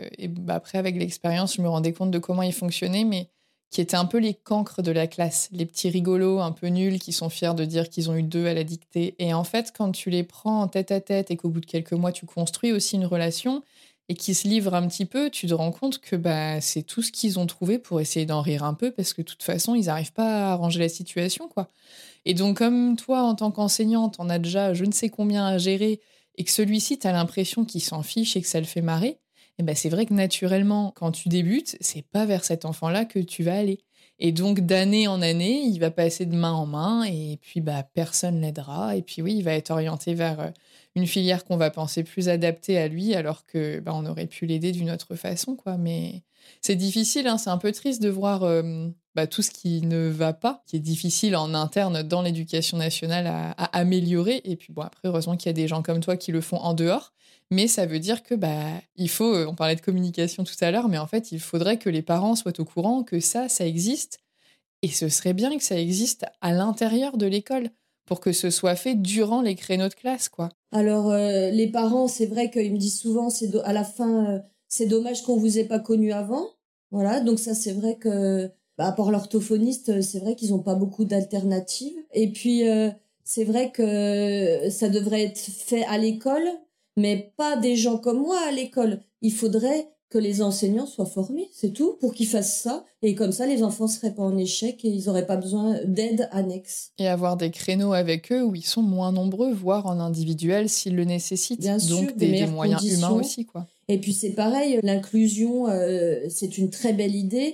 après avec l'expérience, je me rendais compte de comment ils fonctionnaient, mais qui étaient un peu les cancres de la classe, les petits rigolos un peu nuls qui sont fiers de dire qu'ils ont eu 2 à la dictée. Et en fait, quand tu les prends en tête à tête et qu'au bout de quelques mois, tu construis aussi une relation et qu'ils se livrent un petit peu, tu te rends compte que c'est tout ce qu'ils ont trouvé pour essayer d'en rire un peu parce que de toute façon, ils n'arrivent pas à arranger la situation, quoi. Et donc, comme toi, en tant qu'enseignante, on a déjà je ne sais combien à gérer et que celui-ci, tu as l'impression qu'il s'en fiche et que ça le fait marrer, c'est vrai que naturellement, quand tu débutes, c'est pas vers cet enfant-là que tu vas aller. Et donc, d'année en année, il va passer de main en main et puis personne l'aidera. Et puis oui, il va être orienté vers une filière qu'on va penser plus adaptée à lui alors que on aurait pu l'aider d'une autre façon, quoi. Mais c'est difficile, hein, c'est un peu triste de voir tout ce qui ne va pas, qui est difficile en interne dans l'éducation nationale à améliorer. Et puis après, heureusement qu'il y a des gens comme toi qui le font en dehors. Mais ça veut dire que il faut, on parlait de communication tout à l'heure, mais en fait, il faudrait que les parents soient au courant que ça existe. Et ce serait bien que ça existe à l'intérieur de l'école pour que ce soit fait durant les créneaux de classe, quoi. Alors, les parents, c'est vrai qu'ils me disent souvent, à la fin, c'est dommage qu'on vous ait pas connu avant. Voilà, donc ça, c'est vrai que, à part l'orthophoniste, c'est vrai qu'ils ont pas beaucoup d'alternatives. Et puis, c'est vrai que ça devrait être fait à l'école, mais pas des gens comme moi à l'école. Il faudrait que les enseignants soient formés, c'est tout, pour qu'ils fassent ça. Et comme ça, les enfants seraient pas en échec et ils auraient pas besoin d'aide annexe. Et avoir des créneaux avec eux où ils sont moins nombreux, voire en individuel s'ils le nécessitent. Bien sûr, donc des moyens humains aussi, quoi. Et puis c'est pareil, l'inclusion, c'est une très belle idée,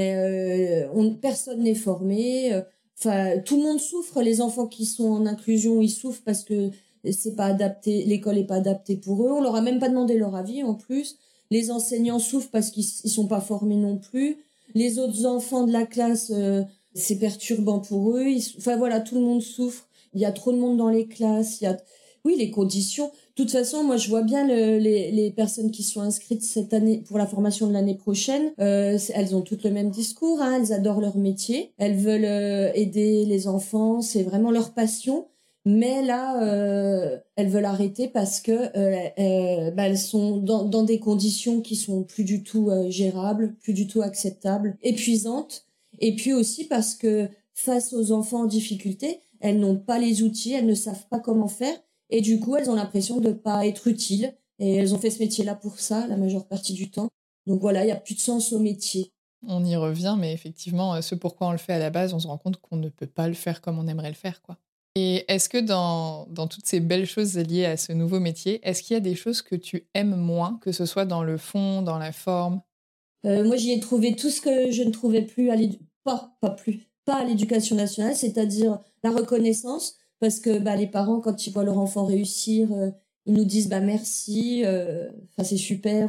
mais personne n'est formé. Enfin, tout le monde souffre. Les enfants qui sont en inclusion, ils souffrent parce que c'est pas adapté, l'école est pas adaptée pour eux. On leur a même pas demandé leur avis en plus. Les enseignants souffrent parce qu'ils sont pas formés non plus. Les autres enfants de la classe, c'est perturbant pour eux. Enfin voilà, tout le monde souffre. Il y a trop de monde dans les classes. Oui, les conditions. De toute façon, moi, je vois bien les personnes qui sont inscrites cette année pour la formation de l'année prochaine. Elles ont toutes le même discours, hein, elles adorent leur métier. Elles veulent aider les enfants, c'est vraiment leur passion. Mais là, elles veulent arrêter parce que elles sont dans des conditions qui sont plus du tout gérables, plus du tout acceptables, épuisantes. Et puis aussi parce que face aux enfants en difficulté, elles n'ont pas les outils, elles ne savent pas comment faire. Et du coup, elles ont l'impression de pas être utiles. Et elles ont fait ce métier-là pour ça, la majeure partie du temps. Donc voilà, il n'y a plus de sens au métier. On y revient, mais effectivement, ce pourquoi on le fait à la base, on se rend compte qu'on ne peut pas le faire comme on aimerait le faire, quoi. Et est-ce que dans toutes ces belles choses liées à ce nouveau métier, est-ce qu'il y a des choses que tu aimes moins, que ce soit dans le fond, dans la forme? Moi, j'y ai trouvé tout ce que je ne trouvais plus pas à l'éducation nationale, c'est-à-dire la reconnaissance, parce que les parents, quand ils voient leur enfant réussir, ils nous disent merci, c'est super.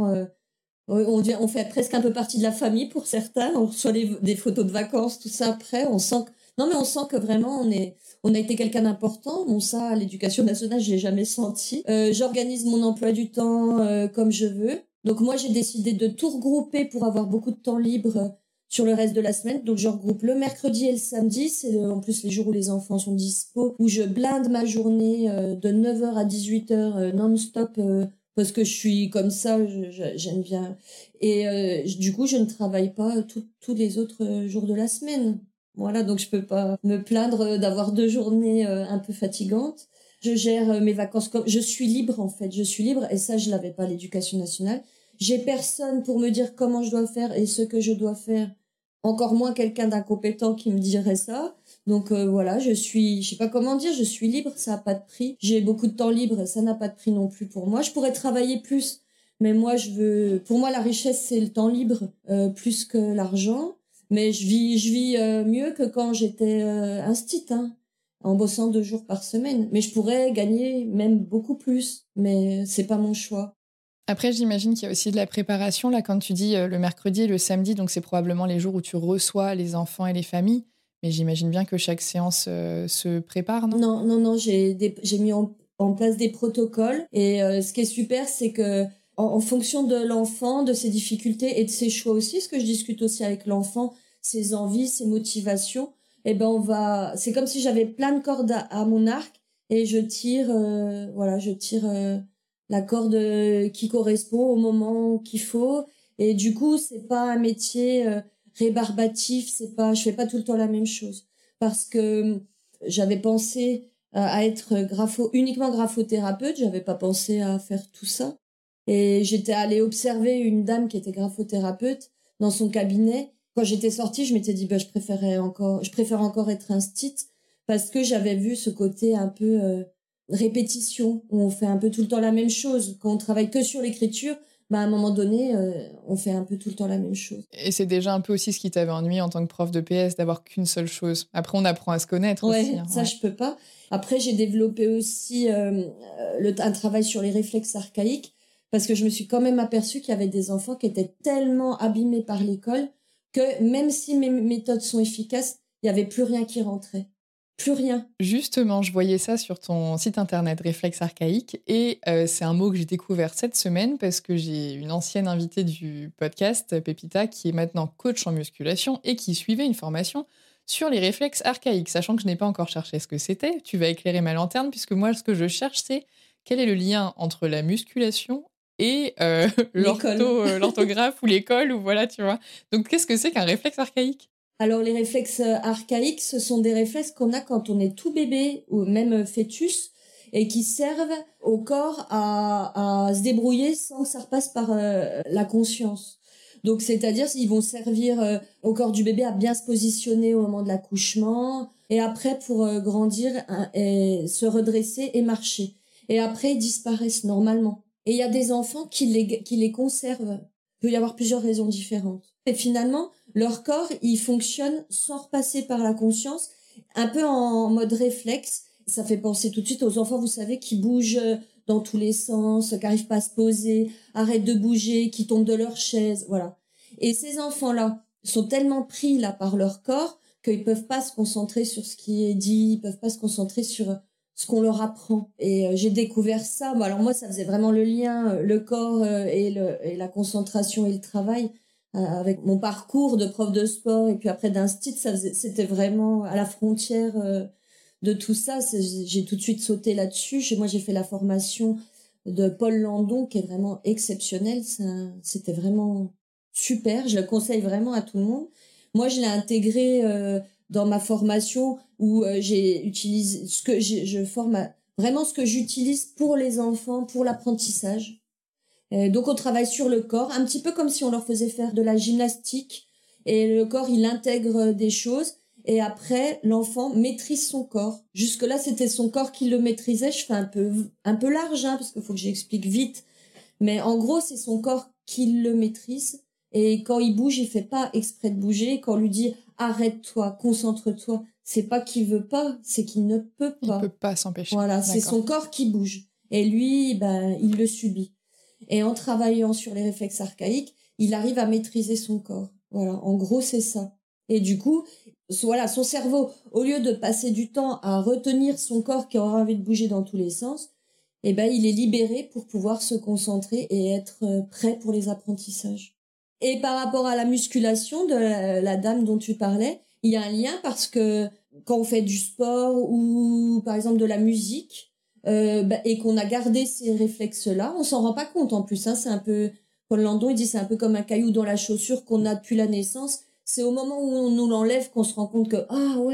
On fait presque un peu partie de la famille pour certains. On reçoit des photos de vacances, tout ça après. On sent que vraiment on a été quelqu'un d'important. Bon, ça, à l'éducation nationale, je l'ai jamais senti. J'organise mon emploi du temps comme je veux. Donc moi, j'ai décidé de tout regrouper pour avoir beaucoup de temps libre sur le reste de la semaine. Donc je regroupe le mercredi et le samedi. C'est en plus les jours où les enfants sont dispo, où je blinde ma journée de 9h à 18h non-stop parce que je suis comme ça, j'aime bien. Et du coup, je ne travaille pas tous les autres jours de la semaine. Voilà, donc je peux pas me plaindre d'avoir 2 journées un peu fatigantes. Je gère mes vacances comme je suis libre en fait, je suis libre et ça je l'avais pas à l'éducation nationale. J'ai personne pour me dire comment je dois faire et ce que je dois faire encore moins quelqu'un d'incompétent qui me dirait ça. Donc voilà, je sais pas comment dire, je suis libre, ça n'a pas de prix. J'ai beaucoup de temps libre, ça n'a pas de prix non plus pour moi. Je pourrais travailler plus, mais moi pour moi la richesse c'est le temps libre plus que l'argent. Mais je vis mieux que quand j'étais instite, hein, en bossant 2 jours par semaine. Mais je pourrais gagner même beaucoup plus, mais c'est pas mon choix. Après, j'imagine qu'il y a aussi de la préparation, là, quand tu dis le mercredi et le samedi, donc c'est probablement les jours où tu reçois les enfants et les familles, mais j'imagine bien que chaque séance se prépare, non? Non, j'ai mis en place des protocoles, et ce qui est super, c'est que en fonction de l'enfant, de ses difficultés et de ses choix aussi, ce que je discute aussi avec l'enfant, ses envies, ses motivations, et ben c'est comme si j'avais plein de cordes à mon arc, et je tire, la corde qui correspond au moment qu'il faut. Et du coup, c'est pas un métier rébarbatif, je fais pas tout le temps la même chose, parce que j'avais pensé à être uniquement graphothérapeute, j'avais pas pensé à faire tout ça. Et j'étais allée observer une dame qui était graphothérapeute dans son cabinet. Quand j'étais sortie, je m'étais dit je préfère encore être instite, parce que j'avais vu ce côté un peu répétition, où on fait un peu tout le temps la même chose. Quand on travaille que sur l'écriture, à un moment donné, on fait un peu tout le temps la même chose. Et c'est déjà un peu aussi ce qui t'avait ennuyé en tant que prof de PS, d'avoir qu'une seule chose. Après, on apprend à se connaître aussi. Hein, ça, je peux pas. Après, j'ai développé aussi un travail sur les réflexes archaïques, parce que je me suis quand même aperçue qu'il y avait des enfants qui étaient tellement abîmés par l'école que même si mes méthodes sont efficaces, il y avait plus rien qui rentrait. Plus rien. Justement, je voyais ça sur ton site internet Réflexe Archaïque, et c'est un mot que j'ai découvert cette semaine parce que j'ai une ancienne invitée du podcast, Pépita, qui est maintenant coach en musculation et qui suivait une formation sur les réflexes archaïques, sachant que je n'ai pas encore cherché ce que c'était. Tu vas éclairer ma lanterne, puisque moi, ce que je cherche, c'est quel est le lien entre la musculation et l'orthographe ou l'école, ou voilà, tu vois. Donc, qu'est-ce que c'est qu'un réflexe archaïque ? Alors, les réflexes archaïques, ce sont des réflexes qu'on a quand on est tout bébé ou même fœtus, et qui servent au corps à se débrouiller sans que ça repasse par la conscience. Donc, c'est-à-dire, ils vont servir au corps du bébé à bien se positionner au moment de l'accouchement, et après pour grandir, et se redresser et marcher. Et après, ils disparaissent normalement. Et il y a des enfants qui les conservent. Il peut y avoir plusieurs raisons différentes. Et finalement, leur corps, il fonctionne sans repasser par la conscience, un peu en mode réflexe. Ça fait penser tout de suite aux enfants, vous savez, qui bougent dans tous les sens, qui n'arrivent pas à se poser, arrêtent de bouger, qui tombent de leur chaise, voilà. Et ces enfants-là sont tellement pris là par leur corps qu'ils peuvent pas se concentrer sur ce qui est dit, ils peuvent pas se concentrer sur ce qu'on leur apprend. Et j'ai découvert ça. Bon, alors moi, ça faisait vraiment le lien, le corps et la concentration et le travail. Avec mon parcours de prof de sport et puis après d'instit, c'était vraiment à la frontière de tout ça. J'ai tout de suite sauté là-dessus. Moi, j'ai fait la formation de Paul Landon, qui est vraiment exceptionnelle. C'était vraiment super. Je le conseille vraiment à tout le monde. Moi, je l'ai intégré dans ma formation, où j'ai utilisé je forme vraiment ce que j'utilise pour les enfants, pour l'apprentissage. Donc on travaille sur le corps, un petit peu comme si on leur faisait faire de la gymnastique, et le corps il intègre des choses, et après l'enfant maîtrise son corps. Jusque-là c'était son corps qui le maîtrisait. Je fais un peu large, hein, parce qu'il faut que j'explique vite, mais en gros c'est son corps qui le maîtrise, et quand il bouge il fait pas exprès de bouger. Quand on lui dit arrête-toi, concentre-toi, c'est pas qu'il veut pas, c'est qu'il ne peut pas. Il peut pas s'empêcher. Voilà, c'est son corps qui bouge, et lui il le subit. Et en travaillant sur les réflexes archaïques, il arrive à maîtriser son corps. Voilà, en gros, c'est ça. Et du coup, voilà, son cerveau, au lieu de passer du temps à retenir son corps qui aura envie de bouger dans tous les sens, il est libéré pour pouvoir se concentrer et être prêt pour les apprentissages. Et par rapport à la musculation de la dame dont tu parlais, il y a un lien, parce que quand on fait du sport ou par exemple de la musique, et qu'on a gardé ces réflexes-là, on s'en rend pas compte en plus, hein, c'est un peu, Paul Landon il dit, c'est un peu comme un caillou dans la chaussure qu'on a depuis la naissance. C'est au moment où on nous l'enlève qu'on se rend compte que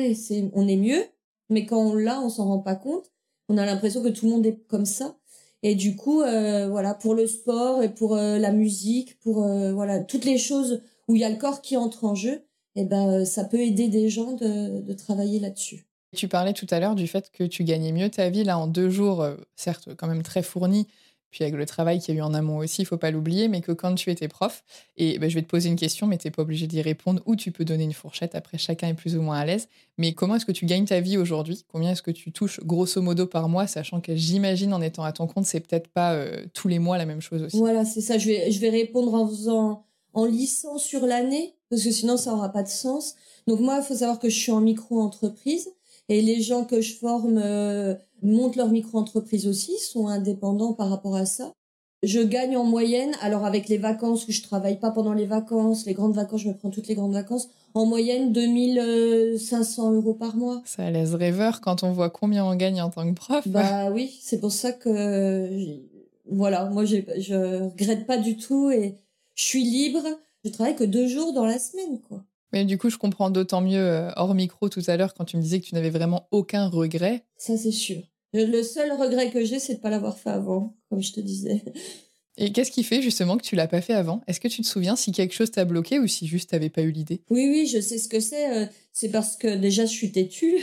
on est mieux, mais quand on l'a, on s'en rend pas compte. On a l'impression que tout le monde est comme ça. Et du coup, voilà, pour le sport et pour la musique, pour voilà toutes les choses où il y a le corps qui entre en jeu, ça peut aider des gens de travailler là-dessus. Tu parlais tout à l'heure du fait que tu gagnais mieux ta vie là en 2 jours, certes quand même très fournis, puis avec le travail qu'il y a eu en amont aussi, il faut pas l'oublier, mais que quand tu étais prof et je vais te poser une question, mais tu es pas obligé d'y répondre ou tu peux donner une fourchette, après chacun est plus ou moins à l'aise. Mais comment est-ce que tu gagnes ta vie aujourd'hui? Combien est-ce que tu touches grosso modo par mois? Sachant que j'imagine en étant à ton compte, c'est peut-être pas, tous les mois la même chose aussi. Voilà, c'est ça. Je vais répondre en lissant sur l'année, parce que sinon ça aura pas de sens. Donc moi, il faut savoir que je suis en micro-entreprise et les gens que je forme montent leur micro-entreprise aussi, sont indépendants par rapport à ça. Je gagne en moyenne, alors avec les vacances où je travaille pas pendant les vacances, les grandes vacances, je me prends toutes les grandes vacances, en moyenne 2500 € par mois. Ça laisse rêveur quand on voit combien on gagne en tant que prof. Bah oui, c'est pour ça que voilà, moi je regrette pas du tout et je suis libre. Je travaille que 2 jours dans la semaine, quoi. Mais du coup, je comprends d'autant mieux, hors micro tout à l'heure quand tu me disais que tu n'avais vraiment aucun regret. Ça, c'est sûr. Le seul regret que j'ai, c'est de pas l'avoir fait avant, comme je te disais. Et qu'est-ce qui fait justement que tu l'as pas fait avant? Est-ce que tu te souviens si quelque chose t'a bloqué ou si juste t'avais pas eu l'idée? Oui, oui, je sais ce que c'est. C'est parce que déjà, je suis têtue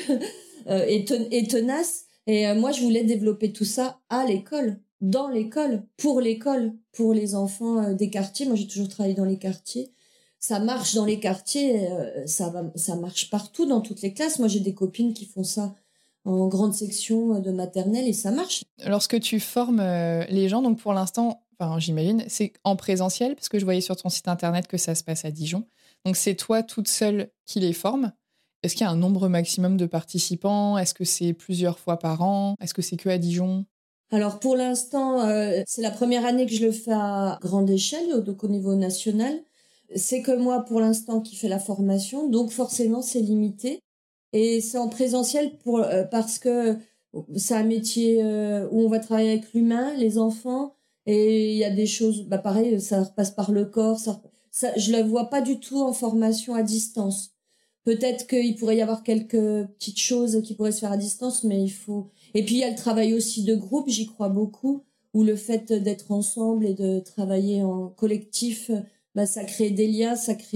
et tenace. Et moi, je voulais développer tout ça à l'école, dans l'école, pour les enfants des quartiers. Moi, j'ai toujours travaillé dans les quartiers. Ça marche dans les quartiers, ça marche partout, dans toutes les classes. Moi, j'ai des copines qui font ça en grande section de maternelle et ça marche. Lorsque tu formes, les gens, donc pour l'instant, enfin j'imagine, c'est en présentiel? Parce que je voyais sur ton site internet que ça se passe à Dijon. Donc c'est toi toute seule qui les formes? Est-ce qu'il y a un nombre maximum de participants? Est-ce que c'est plusieurs fois par an? Est-ce que c'est que à Dijon? Alors pour l'instant, c'est la première année que je le fais à grande échelle, donc au niveau national. C'est que moi pour l'instant qui fais la formation, donc forcément c'est limité. Et c'est en présentiel parce que c'est un métier où on va travailler avec l'humain, les enfants, et il y a des choses, bah pareil, ça passe par le corps, je le vois pas du tout en formation à distance. Peut-être qu'il pourrait y avoir quelques petites choses qui pourraient se faire à distance, mais il faut. Et puis il y a le travail aussi de groupe, j'y crois beaucoup, où le fait d'être ensemble et de travailler en collectif, bah ça crée des liens,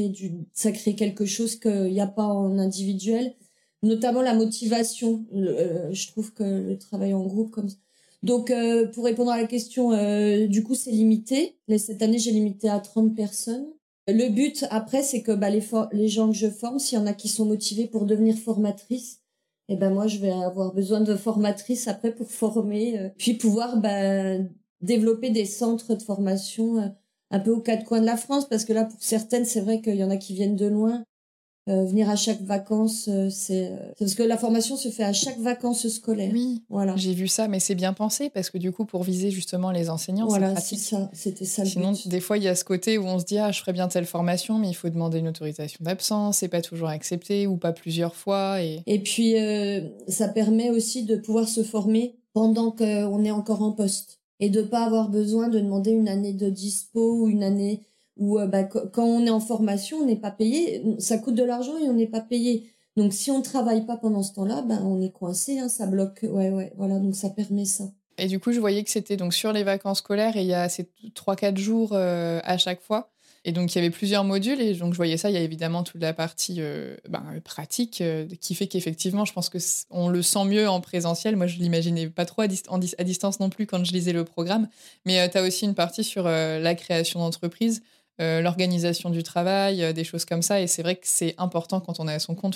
ça crée quelque chose qu'il n'y a pas en individuel, notamment la motivation. Je trouve que le travail en groupe comme ça. Donc pour répondre à la question, du coup c'est limité. Cette année j'ai limité à 30 personnes. Le but après, c'est que les gens que je forme, s'il y en a qui sont motivés pour devenir formatrices, et ben moi je vais avoir besoin de formatrices après pour former, puis pouvoir développer des centres de formation un peu aux quatre coins de la France, parce que là pour certaines, c'est vrai qu'il y en a qui viennent de loin. Venir à chaque vacances, c'est parce que la formation se fait à chaque vacances scolaires. Oui, Voilà. j'ai vu ça, mais c'est bien pensé parce que du coup, pour viser justement les enseignants, c'est Voilà, pratique. c'est ça, c'était ça le Sinon, but. des fois, il y a ce côté où on se dit: «Ah, je ferais bien telle formation», mais il faut demander une autorisation d'absence, c'est pas toujours accepté ou pas plusieurs fois et Et puis, ça permet aussi de pouvoir se former pendant qu'on est encore en poste et de pas avoir besoin de demander une année de dispo ou une année où, quand on est en formation, on n'est pas payé. Ça coûte de l'argent et on n'est pas payé. Donc, si on travaille pas pendant ce temps-là, on est coincé, hein, ça bloque. Ouais, ouais, voilà. Donc, ça permet ça. et du coup, je voyais que c'était donc sur les vacances scolaires et il y a ces 3-4 jours, à chaque fois et donc il y avait plusieurs modules et donc je voyais ça. Il y a évidemment toute la partie, pratique, qui fait qu'effectivement, je pense que on le sent mieux en présentiel. Moi, je l'imaginais pas trop à distance non plus quand je lisais le programme. Mais, tu as aussi une partie sur, la création d'entreprise, l'organisation du travail, des choses comme ça et c'est vrai que c'est important quand on est à son compte,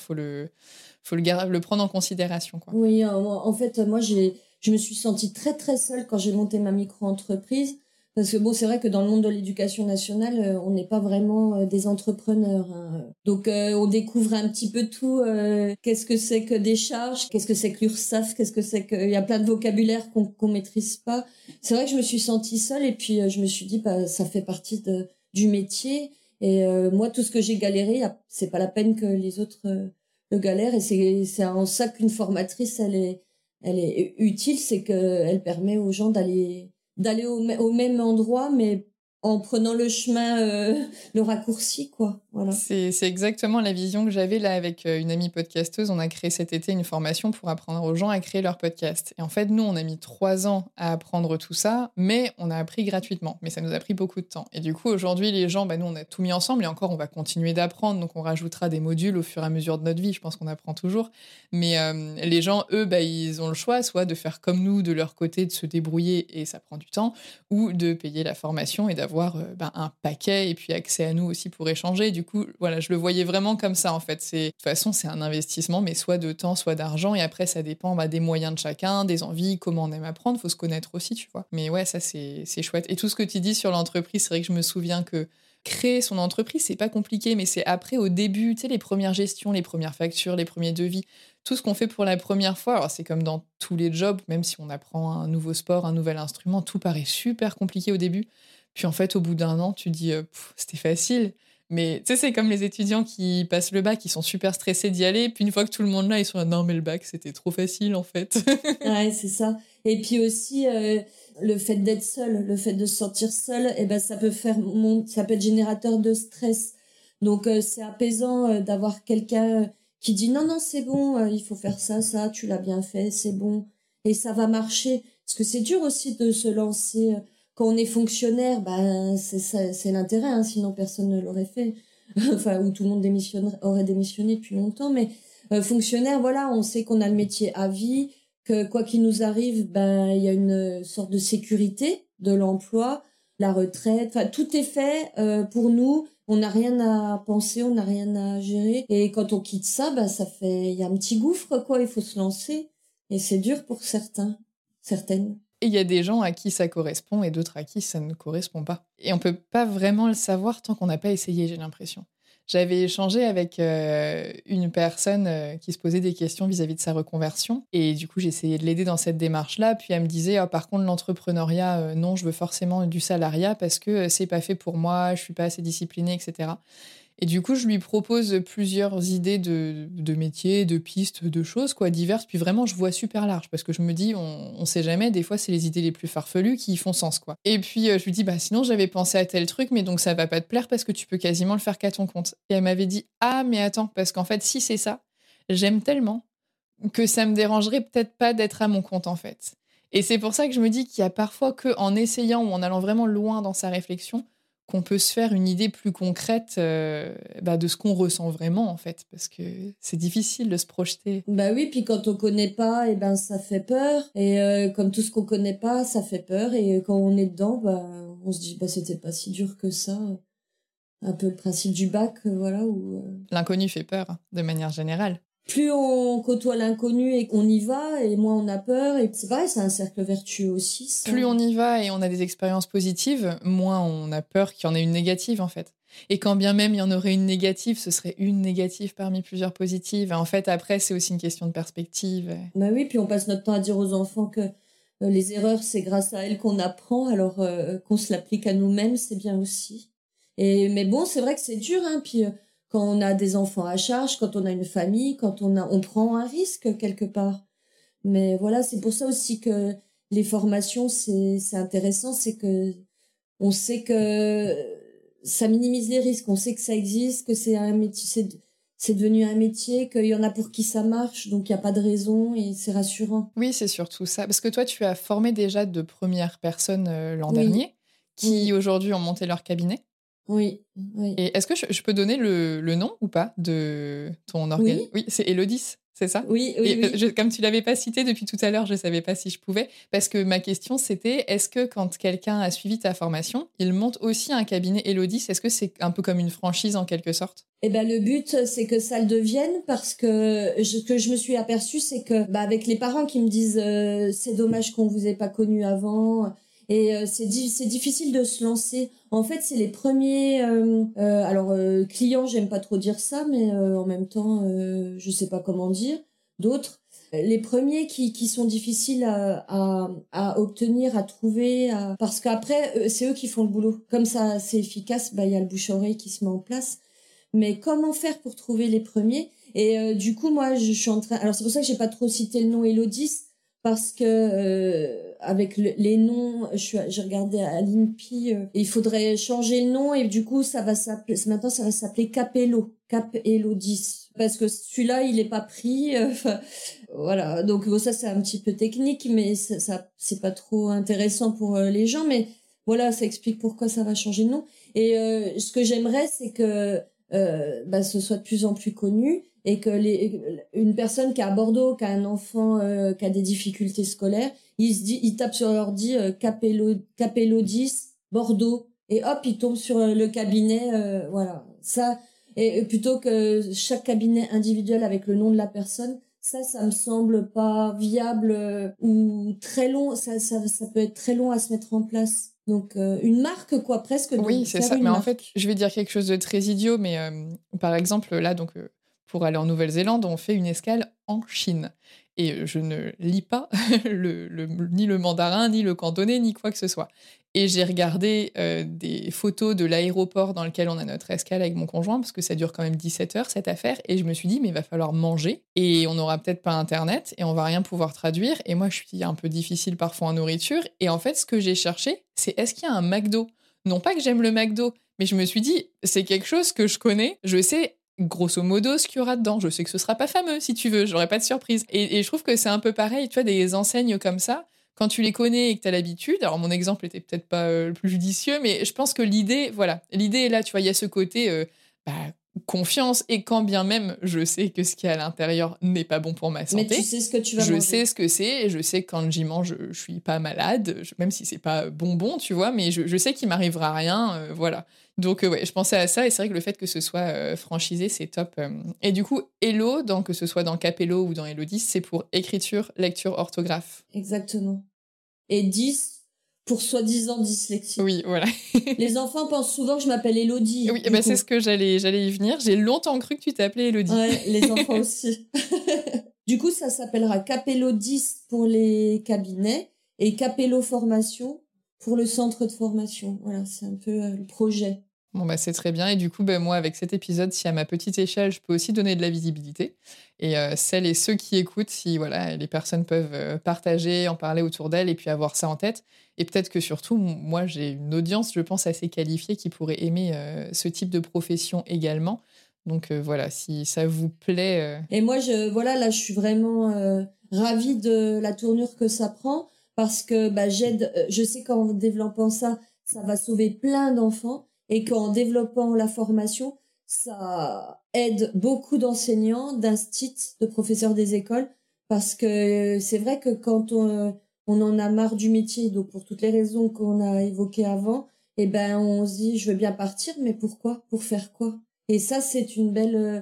faut le prendre en considération, quoi. Oui, en fait, moi, je me suis sentie très, très seule quand j'ai monté ma micro-entreprise. Parce que bon, c'est vrai que dans le monde de l'éducation nationale, on n'est pas vraiment des entrepreneurs, hein. Donc, on découvre un petit peu tout. Qu'est-ce que c'est que des charges? Qu'est-ce que c'est que l'URSSAF? Qu'est-ce que c'est que... Il y a plein de vocabulaire qu'on maîtrise pas. C'est vrai que je me suis sentie seule et puis je me suis dit, ça fait partie du métier. Et moi, tout ce que j'ai galéré, c'est pas la peine que les autres le galèrent. Et c'est en ça qu'une formatrice, elle est utile, c'est que elle permet aux gens d'aller au même endroit, mais en prenant le chemin, le raccourci, quoi. Voilà. C'est exactement la vision que j'avais là avec une amie podcasteuse. On a créé cet été une formation pour apprendre aux gens à créer leur podcast. Et en fait, nous, on a mis 3 ans à apprendre tout ça, mais on a appris gratuitement. Mais ça nous a pris beaucoup de temps. Et du coup, aujourd'hui, les gens, nous, on a tout mis ensemble et encore, on va continuer d'apprendre. Donc, on rajoutera des modules au fur et à mesure de notre vie. Je pense qu'on apprend toujours. Mais les gens, eux, ils ont le choix, soit de faire comme nous, de leur côté, de se débrouiller et ça prend du temps, ou de payer la formation et d'avoir un paquet et puis accès à nous aussi pour échanger. Du coup, voilà, je le voyais vraiment comme ça, en fait. De toute façon, c'est un investissement, mais soit de temps, soit d'argent. Et après, ça dépend des moyens de chacun, des envies, comment on aime apprendre. Faut se connaître aussi, tu vois. Mais ouais, ça, c'est chouette. Et tout ce que tu dis sur l'entreprise, c'est vrai que je me souviens que créer son entreprise, c'est pas compliqué, mais c'est après, au début, tu sais, les premières gestions, les premières factures, les premiers devis, tout ce qu'on fait pour la première fois. Alors, c'est comme dans tous les jobs, même si on apprend un nouveau sport, un nouvel instrument, tout paraît super compliqué au début. Puis en fait, au bout d'1 an, tu te dis, c'était facile. Mais tu sais, c'est comme les étudiants qui passent le bac, ils sont super stressés d'y aller. Puis une fois que tout le monde là, ils sont là, non, mais le bac, c'était trop facile en fait. Ouais, c'est ça. Et puis aussi, le fait d'être seul, le fait de se sentir seul, ça peut ça peut être générateur de stress. Donc, c'est apaisant d'avoir quelqu'un qui dit non, non, c'est bon, il faut faire ça, ça, tu l'as bien fait, c'est bon. Et ça va marcher. Parce que c'est dur aussi de se lancer. Quand on est fonctionnaire, c'est ça, c'est l'intérêt, hein, sinon personne ne l'aurait fait. Enfin, ou tout le monde aurait démissionné depuis longtemps. Mais fonctionnaire, voilà, on sait qu'on a le métier à vie, que quoi qu'il nous arrive, il y a une sorte de sécurité de l'emploi, la retraite, enfin tout est fait pour nous. On n'a rien à penser, on n'a rien à gérer. Et quand on quitte ça, il y a un petit gouffre quoi. Il faut se lancer et c'est dur pour certaines. Et il y a des gens à qui ça correspond et d'autres à qui ça ne correspond pas. Et on peut pas vraiment le savoir tant qu'on n'a pas essayé, j'ai l'impression. J'avais échangé avec une personne qui se posait des questions vis-à-vis de sa reconversion. Et du coup, j'ai essayé de l'aider dans cette démarche-là. Puis elle me disait, ah, par contre, l'entrepreneuriat, non, je veux forcément du salariat parce que c'est pas fait pour moi, je suis pas assez disciplinée, etc. Et du coup, je lui propose plusieurs idées de métiers, de pistes, de choses, quoi, diverses. Puis vraiment, je vois super large parce que je me dis, on sait jamais, des fois, c'est les idées les plus farfelues qui font sens, quoi. Et puis, je lui dis, sinon, j'avais pensé à tel truc, mais donc ça va pas te plaire parce que tu peux quasiment le faire qu'à ton compte. Et elle m'avait dit, ah, mais attends, parce qu'en fait, si c'est ça, j'aime tellement que ça me dérangerait peut-être pas d'être à mon compte, en fait. Et c'est pour ça que je me dis qu'il y a parfois que en essayant ou en allant vraiment loin dans sa réflexion, qu'on peut se faire une idée plus concrète de ce qu'on ressent vraiment, en fait, parce que c'est difficile de se projeter. Bah oui, puis quand on connaît pas, ça fait peur. Et comme tout ce qu'on connaît pas, ça fait peur. Et quand on est dedans, on se dit, c'était pas si dur que ça. Un peu le principe du bac, voilà. L'inconnu fait peur, hein, de manière générale. Plus on côtoie l'inconnu et qu'on y va, et moins on a peur. Et c'est pareil, c'est un cercle vertueux aussi, ça. Plus on y va et on a des expériences positives, moins on a peur qu'il y en ait une négative, en fait. Et quand bien même il y en aurait une négative, ce serait une négative parmi plusieurs positives. Et en fait, après, c'est aussi une question de perspective. Bah oui, puis on passe notre temps à dire aux enfants que les erreurs, c'est grâce à elles qu'on apprend, alors qu'on se l'applique à nous-mêmes, c'est bien aussi. Mais bon, c'est vrai que c'est dur, hein. Puis quand on a des enfants à charge, quand on a une famille, on prend un risque quelque part. Mais voilà, c'est pour ça aussi que les formations, c'est intéressant, c'est que on sait que ça minimise les risques, on sait que ça existe, que c'est un métier, c'est devenu un métier, qu'il y en a pour qui ça marche, donc il n'y a pas de raison et c'est rassurant. Oui, c'est surtout ça. Parce que toi, tu as formé déjà de premières personnes l'an Oui. dernier qui aujourd'hui ont monté leur cabinet. Oui. Et est-ce que je peux donner le nom ou pas de ton organe? Oui, c'est Élodie, c'est ça? Oui. Comme tu l'avais pas cité depuis tout à l'heure, je savais pas si je pouvais. Parce que ma question, c'était, est-ce que quand quelqu'un a suivi ta formation, il monte aussi un cabinet Élodie? Est-ce que c'est un peu comme une franchise en quelque sorte? Le but, c'est que ça le devienne parce que ce que je me suis aperçue, c'est que avec les parents qui me disent c'est dommage qu'on vous ait pas connu avant et c'est difficile de se lancer. En fait, c'est les premiers clients, j'aime pas trop dire ça, mais en même temps, je sais pas comment dire. D'autres, les premiers qui sont difficiles à obtenir, à trouver, parce qu'après c'est eux qui font le boulot. Comme ça, c'est efficace. Il y a le bouche-oreille qui se met en place. Mais comment faire pour trouver les premiers? Et du coup, moi, je suis en train... Alors, c'est pour ça que j'ai pas trop cité le nom Élodie, parce que avec les noms, j'ai regardé à l'INPI, il faudrait changer le nom et du coup maintenant ça va s'appeler Capello 10 parce que celui-là il est pas pris. Voilà, donc bon, ça c'est un petit peu technique, mais ça c'est pas trop intéressant pour les gens, mais voilà, ça explique pourquoi ça va changer de nom. Et ce que j'aimerais, c'est que ce soit de plus en plus connu et que une personne qui est à Bordeaux, qui a un enfant qui a des difficultés scolaires, il tape sur l'ordi Capello 10 Bordeaux et hop, il tombe sur le cabinet, voilà. Ça, et plutôt que chaque cabinet individuel avec le nom de la personne, ça me semble pas viable ou très long. Ça peut être très long à se mettre en place. Donc une marque quoi, presque de Oui, c'est faire ça. une Mais en marque. fait, je vais dire quelque chose de très idiot, mais par exemple, là, donc, pour aller en Nouvelle-Zélande, on fait une escale en Chine. Et je ne lis pas ni le mandarin, ni le cantonais, ni quoi que ce soit. Et j'ai regardé des photos de l'aéroport dans lequel on a notre escale avec mon conjoint, parce que ça dure quand même 17 heures, cette affaire. Et je me suis dit, mais il va falloir manger. Et on n'aura peut-être pas Internet, et on va rien pouvoir traduire. Et moi, je suis un peu difficile parfois en nourriture. Et en fait, ce que j'ai cherché, c'est est-ce qu'il y a un McDo? Non pas que j'aime le McDo, mais je me suis dit, c'est quelque chose que je connais. Je sais grosso modo ce qu'il y aura dedans. Je sais que ce sera pas fameux, si tu veux. J'aurai pas de surprise. Et je trouve que c'est un peu pareil, tu vois, des enseignes comme ça. Quand tu les connais et que tu as l'habitude, alors mon exemple était peut-être pas le plus judicieux, mais je pense que l'idée est là, tu vois, il y a ce côté bah, confiance, et quand bien même je sais que ce qu'il y a à l'intérieur n'est pas bon pour ma Mais tu santé, sais ce que tu vas je manger. sais ce que c'est, et je sais que quand j'y mange, je suis pas malade, même si c'est pas bonbon, tu vois, mais je sais qu'il m'arrivera rien, voilà. Donc ouais, je pensais à ça, et c'est vrai que le fait que ce soit franchisé, c'est top. Et du coup, Hello, que ce soit dans Capello ou dans Hello 10, c'est pour écriture, lecture, orthographe. Exactement. Et 10 pour soi-disant dyslexique. Oui, voilà. Les enfants pensent souvent que je m'appelle Élodie. Oui, bah, c'est ce que j'allais y venir. J'ai longtemps cru que tu t'appelais Elodie. Ouais, les enfants aussi. Du coup, ça s'appellera Capello 10 pour les cabinets et Capello Formation pour le centre de formation. Voilà, c'est un peu le projet. Bon, bah, c'est très bien. Et du coup, bah, moi, avec cet épisode, si à ma petite échelle, je peux aussi donner de la visibilité. Et celles et ceux qui écoutent, si voilà, les personnes peuvent partager, en parler autour d'elles et puis avoir ça en tête. Et peut-être que surtout, moi, j'ai une audience, je pense, assez qualifiée qui pourrait aimer ce type de profession également. Donc voilà, si ça vous plaît. Et moi, là, je suis vraiment ravie de la tournure que ça prend parce que j'aide. Je sais qu'en développant ça, ça va sauver plein d'enfants et qu'en développant la formation, ça aide beaucoup d'enseignants, d'instits, de professeurs des écoles parce que c'est vrai que quand on en a marre du métier, donc pour toutes les raisons qu'on a évoquées avant, et on se dit je veux bien partir, mais pourquoi? Pour faire quoi? Et ça, c'est une belle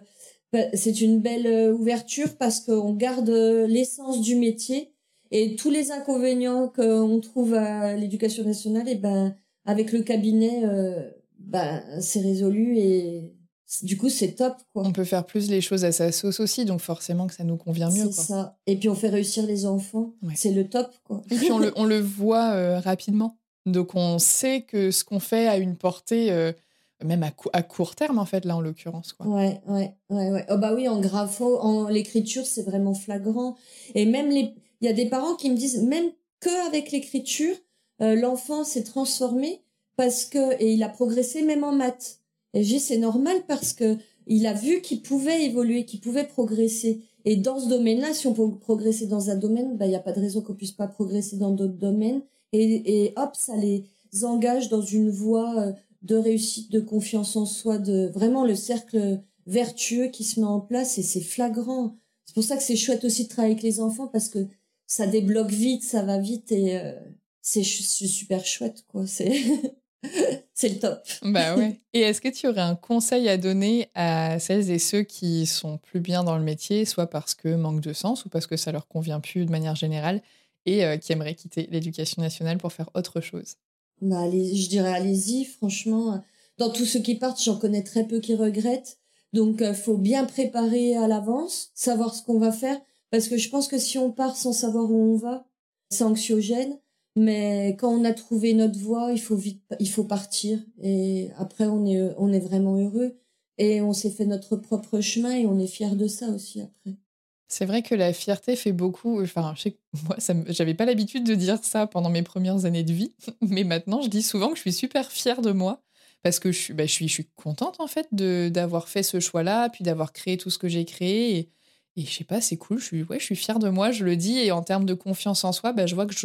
ouverture parce qu'on garde l'essence du métier et tous les inconvénients qu'on trouve à l'éducation nationale, et avec le cabinet, c'est résolu et du coup c'est top quoi. On peut faire plus les choses à sa sauce aussi, donc forcément que ça nous convient mieux. C'est Quoi. ça. Et puis on fait réussir les enfants, Ouais. c'est le top quoi. Et puis on le voit rapidement. Donc on sait que ce qu'on fait a une portée, même à court terme en fait, là en l'occurrence. Quoi. Ouais. Oh bah oui, en grapho, en l'écriture, c'est vraiment flagrant. Et même il y a des parents qui me disent, même qu'avec l'écriture, l'enfant s'est transformé et il a progressé même en maths. Et je dis, c'est normal parce que il a vu qu'il pouvait évoluer, qu'il pouvait progresser. Et dans ce domaine-là, si on peut progresser dans un domaine, il y a pas de raison qu'on puisse pas progresser dans d'autres domaines. Et hop, ça les engage dans une voie de réussite, de confiance en soi, de vraiment le cercle vertueux qui se met en place et c'est flagrant. C'est pour ça que c'est chouette aussi de travailler avec les enfants parce que ça débloque vite, ça va vite et c'est super chouette quoi. C'est c'est le top. Bah ouais. Et est-ce que tu aurais un conseil à donner à celles et ceux qui sont plus bien dans le métier, soit parce que manque de sens ou parce que ça leur convient plus de manière générale et qui aimeraient quitter l'éducation nationale pour faire autre chose? Je dirais allez-y, franchement. Dans tous ceux qui partent, j'en connais très peu qui regrettent. Donc, faut bien préparer à l'avance, savoir ce qu'on va faire. Parce que je pense que si on part sans savoir où on va, c'est anxiogène. Mais quand on a trouvé notre voie, il faut partir. Et après, on est vraiment heureux. Et on s'est fait notre propre chemin et on est fiers de ça aussi après. C'est vrai que la fierté fait beaucoup. Enfin, je sais que moi, j'avais pas l'habitude de dire ça pendant mes premières années de vie, mais maintenant, je dis souvent que je suis super fière de moi parce que je suis contente en fait d'avoir fait ce choix-là, puis d'avoir créé tout ce que j'ai créé. Et je sais pas, c'est cool. Je suis fière de moi, je le dis. Et en termes de confiance en soi, je vois que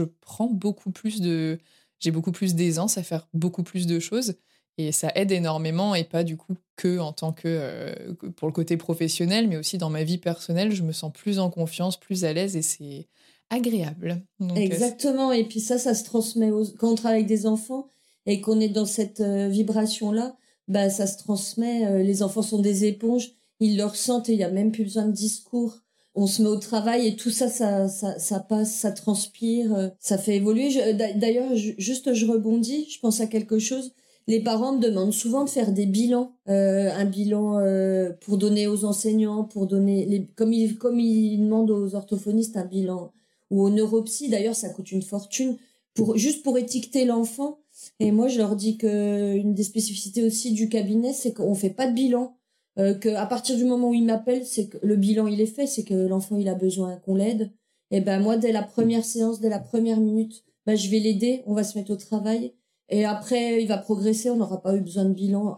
j'ai beaucoup plus d'aisance à faire beaucoup plus de choses. Et ça aide énormément et pas du coup que en tant que pour le côté professionnel, mais aussi dans ma vie personnelle, je me sens plus en confiance, plus à l'aise et c'est agréable. Donc, Exactement. Et puis ça se transmet quand on travaille avec des enfants et qu'on est dans cette vibration-là, bah, ça se transmet. Les enfants sont des éponges. Ils le ressentent et il n'y a même plus besoin de discours. On se met au travail et tout ça passe, ça transpire, ça fait évoluer. D'ailleurs, juste, je rebondis, je pense à quelque chose. Les parents me demandent souvent de faire des bilans, un bilan pour donner aux enseignants, pour donner comme ils demandent aux orthophonistes un bilan ou aux neuropsy. D'ailleurs, ça coûte une fortune juste pour étiqueter l'enfant. Et moi, je leur dis que une des spécificités aussi du cabinet, c'est qu'on fait pas de bilan. Que à partir du moment où il m'appelle, c'est que le bilan il est fait, c'est que l'enfant il a besoin qu'on l'aide. Et ben moi, dès la première séance, dès la première minute, je vais l'aider, on va se mettre au travail. Et après, il va progresser, on n'aura pas eu besoin de bilan.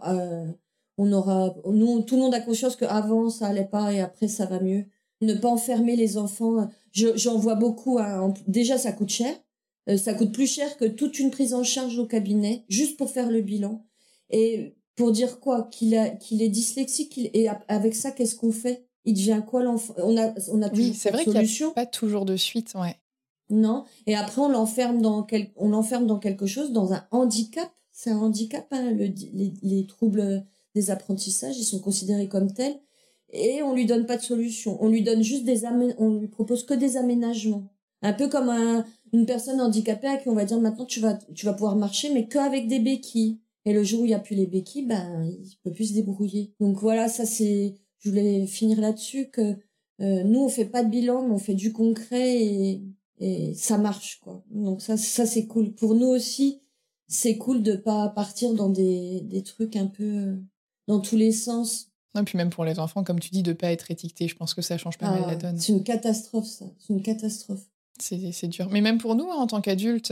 Nous, tout le monde a conscience qu'avant ça allait pas et après ça va mieux. Ne pas enfermer les enfants. J'en vois beaucoup. Hein. Déjà, ça coûte cher. Ça coûte plus cher que toute une prise en charge au cabinet, juste pour faire le bilan. Et pour dire quoi? Qu'il est dyslexique. Et avec ça, qu'est-ce qu'on fait? Il devient quoi l'enfant? On a oui, toujours c'est pas de vrai qu'il n'y a solution. pas toujours de suite, ouais. Non. Et après, on l'enferme dans quelque chose, dans un handicap. C'est un handicap, hein, les troubles des apprentissages, ils sont considérés comme tels. Et on lui donne pas de solution. On lui donne juste on lui propose que des aménagements. Un peu comme une personne handicapée à qui on va dire maintenant tu vas pouvoir marcher, mais qu'avec des béquilles. Et le jour où il y a plus les béquilles, il peut plus se débrouiller. Donc voilà, je voulais finir là-dessus que nous on fait pas de bilan, mais on fait du concret et ça marche quoi. Donc ça c'est cool pour nous aussi. C'est cool de pas partir dans des trucs un peu dans tous les sens. Non, puis même pour les enfants, comme tu dis, de pas être étiqueté, je pense que ça change pas mal la donne. C'est une catastrophe ça, c'est une catastrophe. C'est dur. Mais même pour nous, hein, en tant qu'adultes,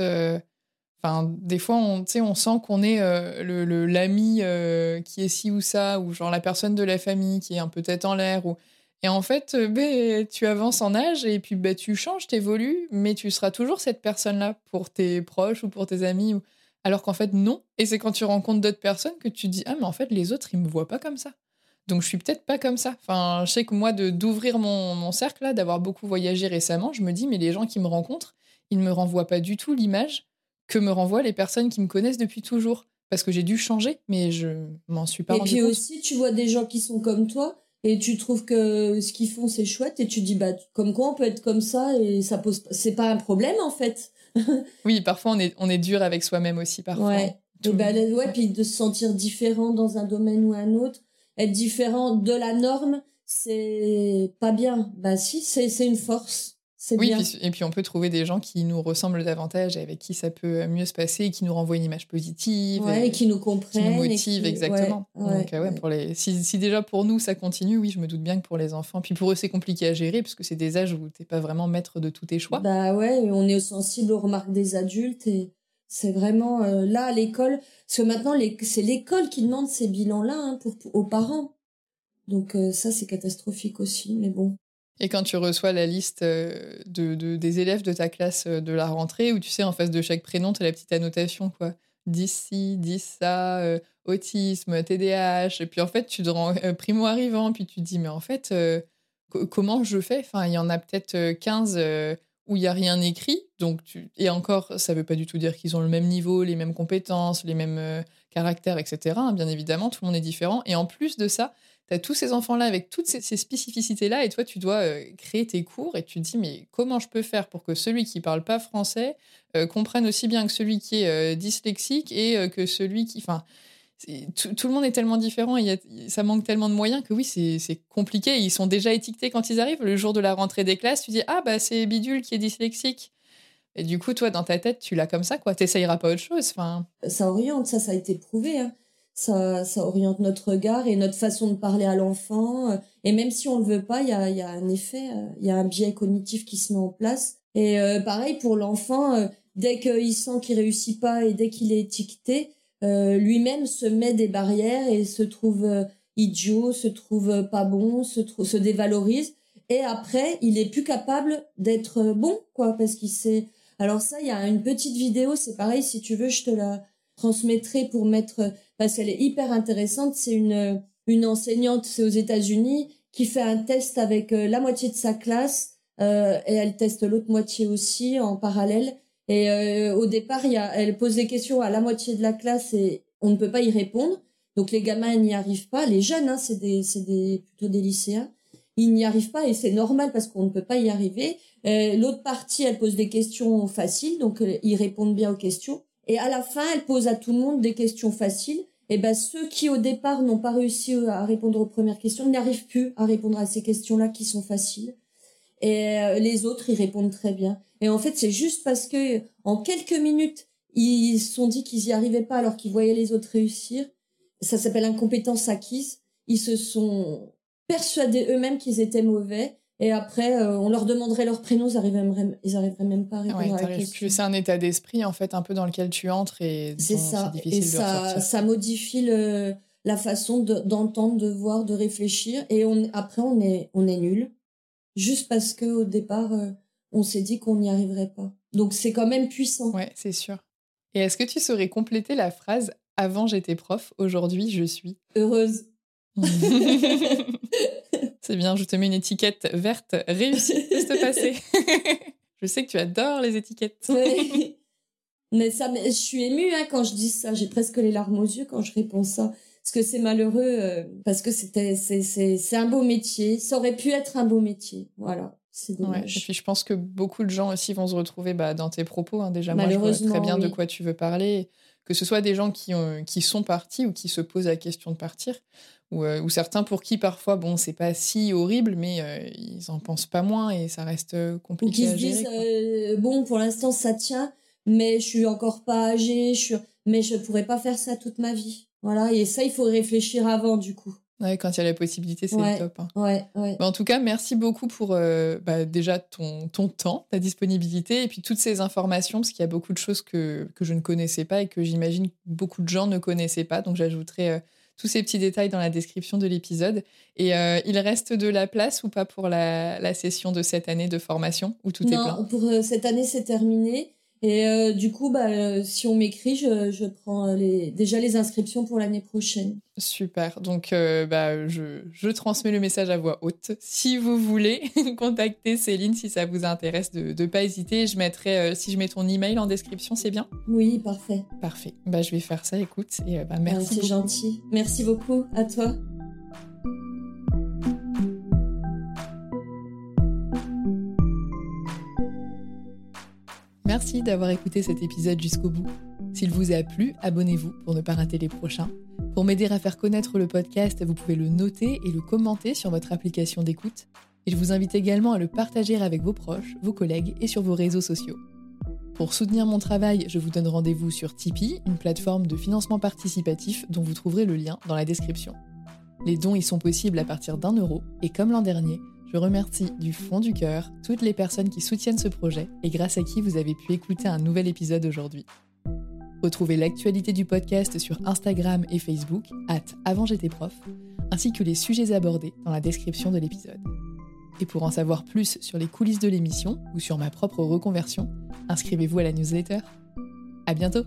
des fois, on sent qu'on est l'ami qui est ci ou ça, ou genre la personne de la famille qui est un peu tête en l'air. Et en fait, tu avances en âge et puis tu changes, t'évolues, mais tu seras toujours cette personne-là pour tes proches ou pour tes amis. Alors qu'en fait, non. Et c'est quand tu rencontres d'autres personnes que tu te dis, ah, mais en fait, les autres, ils me voient pas comme ça. Donc, je suis peut-être pas comme ça. Enfin, je sais que moi, d'ouvrir mon cercle, là, d'avoir beaucoup voyagé récemment, je me dis, mais les gens qui me rencontrent, ils ne me renvoient pas du tout l'image que me renvoient les personnes qui me connaissent depuis toujours. Parce que j'ai dû changer, mais je m'en suis pas Et rendu puis compte. aussi, tu vois des gens qui sont comme toi et tu trouves que ce qu'ils font c'est chouette et tu dis comme quoi on peut être comme ça et c'est pas un problème en fait. Oui, parfois on est dur avec soi-même aussi, parfois. Ouais. Puis de se sentir différent dans un domaine ou un autre, être différent de la norme, c'est pas bien. Bah si, c'est une force. C'est Oui, bien. et puis on peut trouver des gens qui nous ressemblent davantage et avec qui ça peut mieux se passer et qui nous renvoient une image positive Ouais, et qui nous qui nous comprennent motive, exactement. Donc, ouais, si déjà pour nous ça continue, oui, je me doute bien que pour les enfants, puis pour eux c'est compliqué à gérer parce que c'est des âges où t'es pas vraiment maître de tous tes choix. Bah ouais, on est sensible aux remarques des adultes et c'est vraiment là à l'école, parce que maintenant c'est l'école qui demande ces bilans-là hein, aux parents. Donc ça c'est catastrophique aussi, mais bon. Et quand tu reçois la liste des élèves de ta classe de la rentrée, où tu sais, en face de chaque prénom, tu as la petite annotation, quoi. 10 ci, 10 ça, autisme, TDAH. Et puis en fait, tu te rends primo-arrivant, puis tu te dis, mais en fait, comment je fais? Enfin, il y en a peut-être 15 où il n'y a rien écrit. Et encore, ça ne veut pas du tout dire qu'ils ont le même niveau, les mêmes compétences, les mêmes caractères, etc. Hein, bien évidemment, tout le monde est différent. Et en plus de ça, tu as tous ces enfants-là avec toutes ces spécificités-là et toi, tu dois créer tes cours et tu te dis, mais comment je peux faire pour que celui qui parle pas français comprenne aussi bien que celui qui est dyslexique et que celui qui... Enfin, tout le monde est tellement différent et ça manque tellement de moyens que oui, c'est compliqué. Ils sont déjà étiquetés quand ils arrivent. Le jour de la rentrée des classes, tu dis, ah bah c'est Bidule qui est dyslexique. Et du coup, toi, dans ta tête, tu l'as comme ça, quoi. T'essayeras pas autre chose. Enfin... Ça oriente, ça a été prouvé. Hein. ça oriente notre regard et notre façon de parler à l'enfant. Et même si on le veut pas, il y a un effet, il y a un biais cognitif qui se met en place. Et pareil pour l'enfant, dès qu'il sent qu'il réussit pas et dès qu'il est étiqueté, lui-même se met des barrières et se trouve idiot, se trouve pas bon, se dévalorise. Et après, il est plus capable d'être bon, quoi, parce qu'il sait. Alors ça, il y a une petite vidéo, c'est pareil, si tu veux, je te la transmettrai pour mettre, parce qu'elle est hyper intéressante. C'est une enseignante, c'est aux États-Unis, qui fait un test avec la moitié de sa classe, et elle teste l'autre moitié aussi en parallèle. Et au départ, elle pose des questions à la moitié de la classe et on ne peut pas y répondre. Donc les gamins n'y arrivent pas. Les jeunes, hein, c'est plutôt des lycéens. Ils n'y arrivent pas et c'est normal parce qu'on ne peut pas y arriver. L'autre partie, elle pose des questions faciles, donc ils répondent bien aux questions. Et à la fin, elle pose à tout le monde des questions faciles. Et ben ceux qui au départ n'ont pas réussi à répondre aux premières questions n'arrivent plus à répondre à ces questions-là qui sont faciles. Et les autres, ils répondent très bien. Et en fait, c'est juste parce que en quelques minutes, ils se sont dit qu'ils y arrivaient pas alors qu'ils voyaient les autres réussir. Ça s'appelle incompétence acquise. Ils se sont persuadés eux-mêmes qu'ils étaient mauvais. Et après, on leur demanderait leur prénom, ils arriveraient même pas à répondre à la question. C'est un état d'esprit, en fait, un peu dans lequel tu entres et c'est ça. C'est difficile de ressortir. Ça modifie la façon d'entendre, de voir, de réfléchir. Et après, on est nul. Juste parce que au départ, on s'est dit qu'on n'y arriverait pas. Donc, c'est quand même puissant. Ouais, c'est sûr. Et est-ce que tu saurais compléter la phrase « Avant, j'étais prof, aujourd'hui, je suis » heureuse. C'est bien, je te mets une étiquette verte réussie, laisse-te passer. Je sais que tu adores les étiquettes. Oui. Mais je suis émue quand je dis ça. J'ai presque les larmes aux yeux quand je réponds ça. Parce que c'est malheureux, parce que c'est un beau métier. Ça aurait pu être un beau métier. Voilà, c'est dommage. Ouais, et puis je pense que beaucoup de gens aussi vont se retrouver dans tes propos. Hein. Déjà, moi, je vois très bien de quoi tu veux parler. Que ce soit des gens qui sont partis ou qui se posent la question de partir. Ou certains pour qui, parfois, bon, c'est pas si horrible, mais ils en pensent pas moins et ça reste compliqué à gérer. Ou qui se disent, bon, pour l'instant, ça tient, mais je suis encore pas âgée, mais je pourrais pas faire ça toute ma vie. Voilà, et ça, il faut réfléchir avant, du coup. Ouais, quand il y a la possibilité, c'est le top. Hein. Ouais. Bah, en tout cas, merci beaucoup pour déjà ton temps, ta disponibilité et puis toutes ces informations, parce qu'il y a beaucoup de choses que je ne connaissais pas et que j'imagine beaucoup de gens ne connaissaient pas. Donc, j'ajouterai tous ces petits détails dans la description de l'épisode. Et il reste de la place ou pas pour la session de cette année de formation où tout est plein? Non, pour cette année, c'est terminé. Et du coup, si on m'écrit, je prends déjà les inscriptions pour l'année prochaine. Super. Donc, je transmets le message à voix haute. Si vous voulez contacter Céline, si ça vous intéresse, de pas hésiter. Je mettrai, si je mets ton email en description, c'est bien? Oui, parfait. Parfait. Je vais faire ça, écoute. Et merci. C'est gentil. Merci beaucoup. À toi. Merci d'avoir écouté cet épisode jusqu'au bout. S'il vous a plu, abonnez-vous pour ne pas rater les prochains. Pour m'aider à faire connaître le podcast, vous pouvez le noter et le commenter sur votre application d'écoute. Et je vous invite également à le partager avec vos proches, vos collègues et sur vos réseaux sociaux. Pour soutenir mon travail, je vous donne rendez-vous sur Tipeee, une plateforme de financement participatif dont vous trouverez le lien dans la description. Les dons y sont possibles à partir d'1 € et comme l'an dernier, je remercie du fond du cœur toutes les personnes qui soutiennent ce projet et grâce à qui vous avez pu écouter un nouvel épisode aujourd'hui. Retrouvez l'actualité du podcast sur Instagram et Facebook, @avantj'étaisprof, ainsi que les sujets abordés dans la description de l'épisode. Et pour en savoir plus sur les coulisses de l'émission ou sur ma propre reconversion, inscrivez-vous à la newsletter. À bientôt!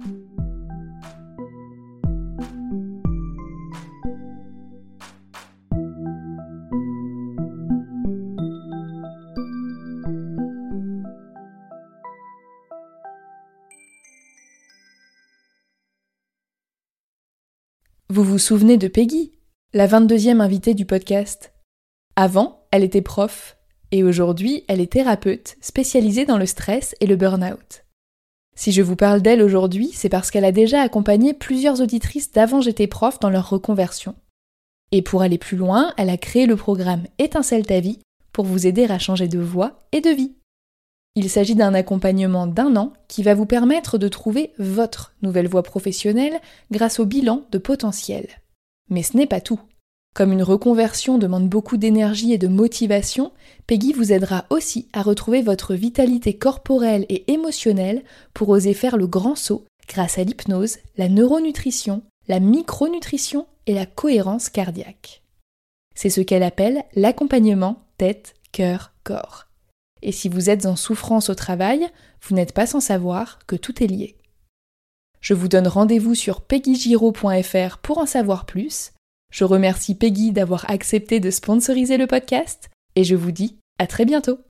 Vous vous souvenez de Peggy, la 22e invitée du podcast? Avant, elle était prof, et aujourd'hui, elle est thérapeute spécialisée dans le stress et le burn-out. Si je vous parle d'elle aujourd'hui, c'est parce qu'elle a déjà accompagné plusieurs auditrices d'Avant j'étais prof dans leur reconversion. Et pour aller plus loin, elle a créé le programme Étincelle ta vie pour vous aider à changer de voie et de vie. Il s'agit d'un accompagnement d'1 an qui va vous permettre de trouver votre nouvelle voie professionnelle grâce au bilan de potentiel. Mais ce n'est pas tout. Comme une reconversion demande beaucoup d'énergie et de motivation, Peggy vous aidera aussi à retrouver votre vitalité corporelle et émotionnelle pour oser faire le grand saut grâce à l'hypnose, la neuronutrition, la micronutrition et la cohérence cardiaque. C'est ce qu'elle appelle l'accompagnement tête, cœur, corps. Et si vous êtes en souffrance au travail, vous n'êtes pas sans savoir que tout est lié. Je vous donne rendez-vous sur peggygiraud.fr pour en savoir plus. Je remercie Peggy d'avoir accepté de sponsoriser le podcast et je vous dis à très bientôt.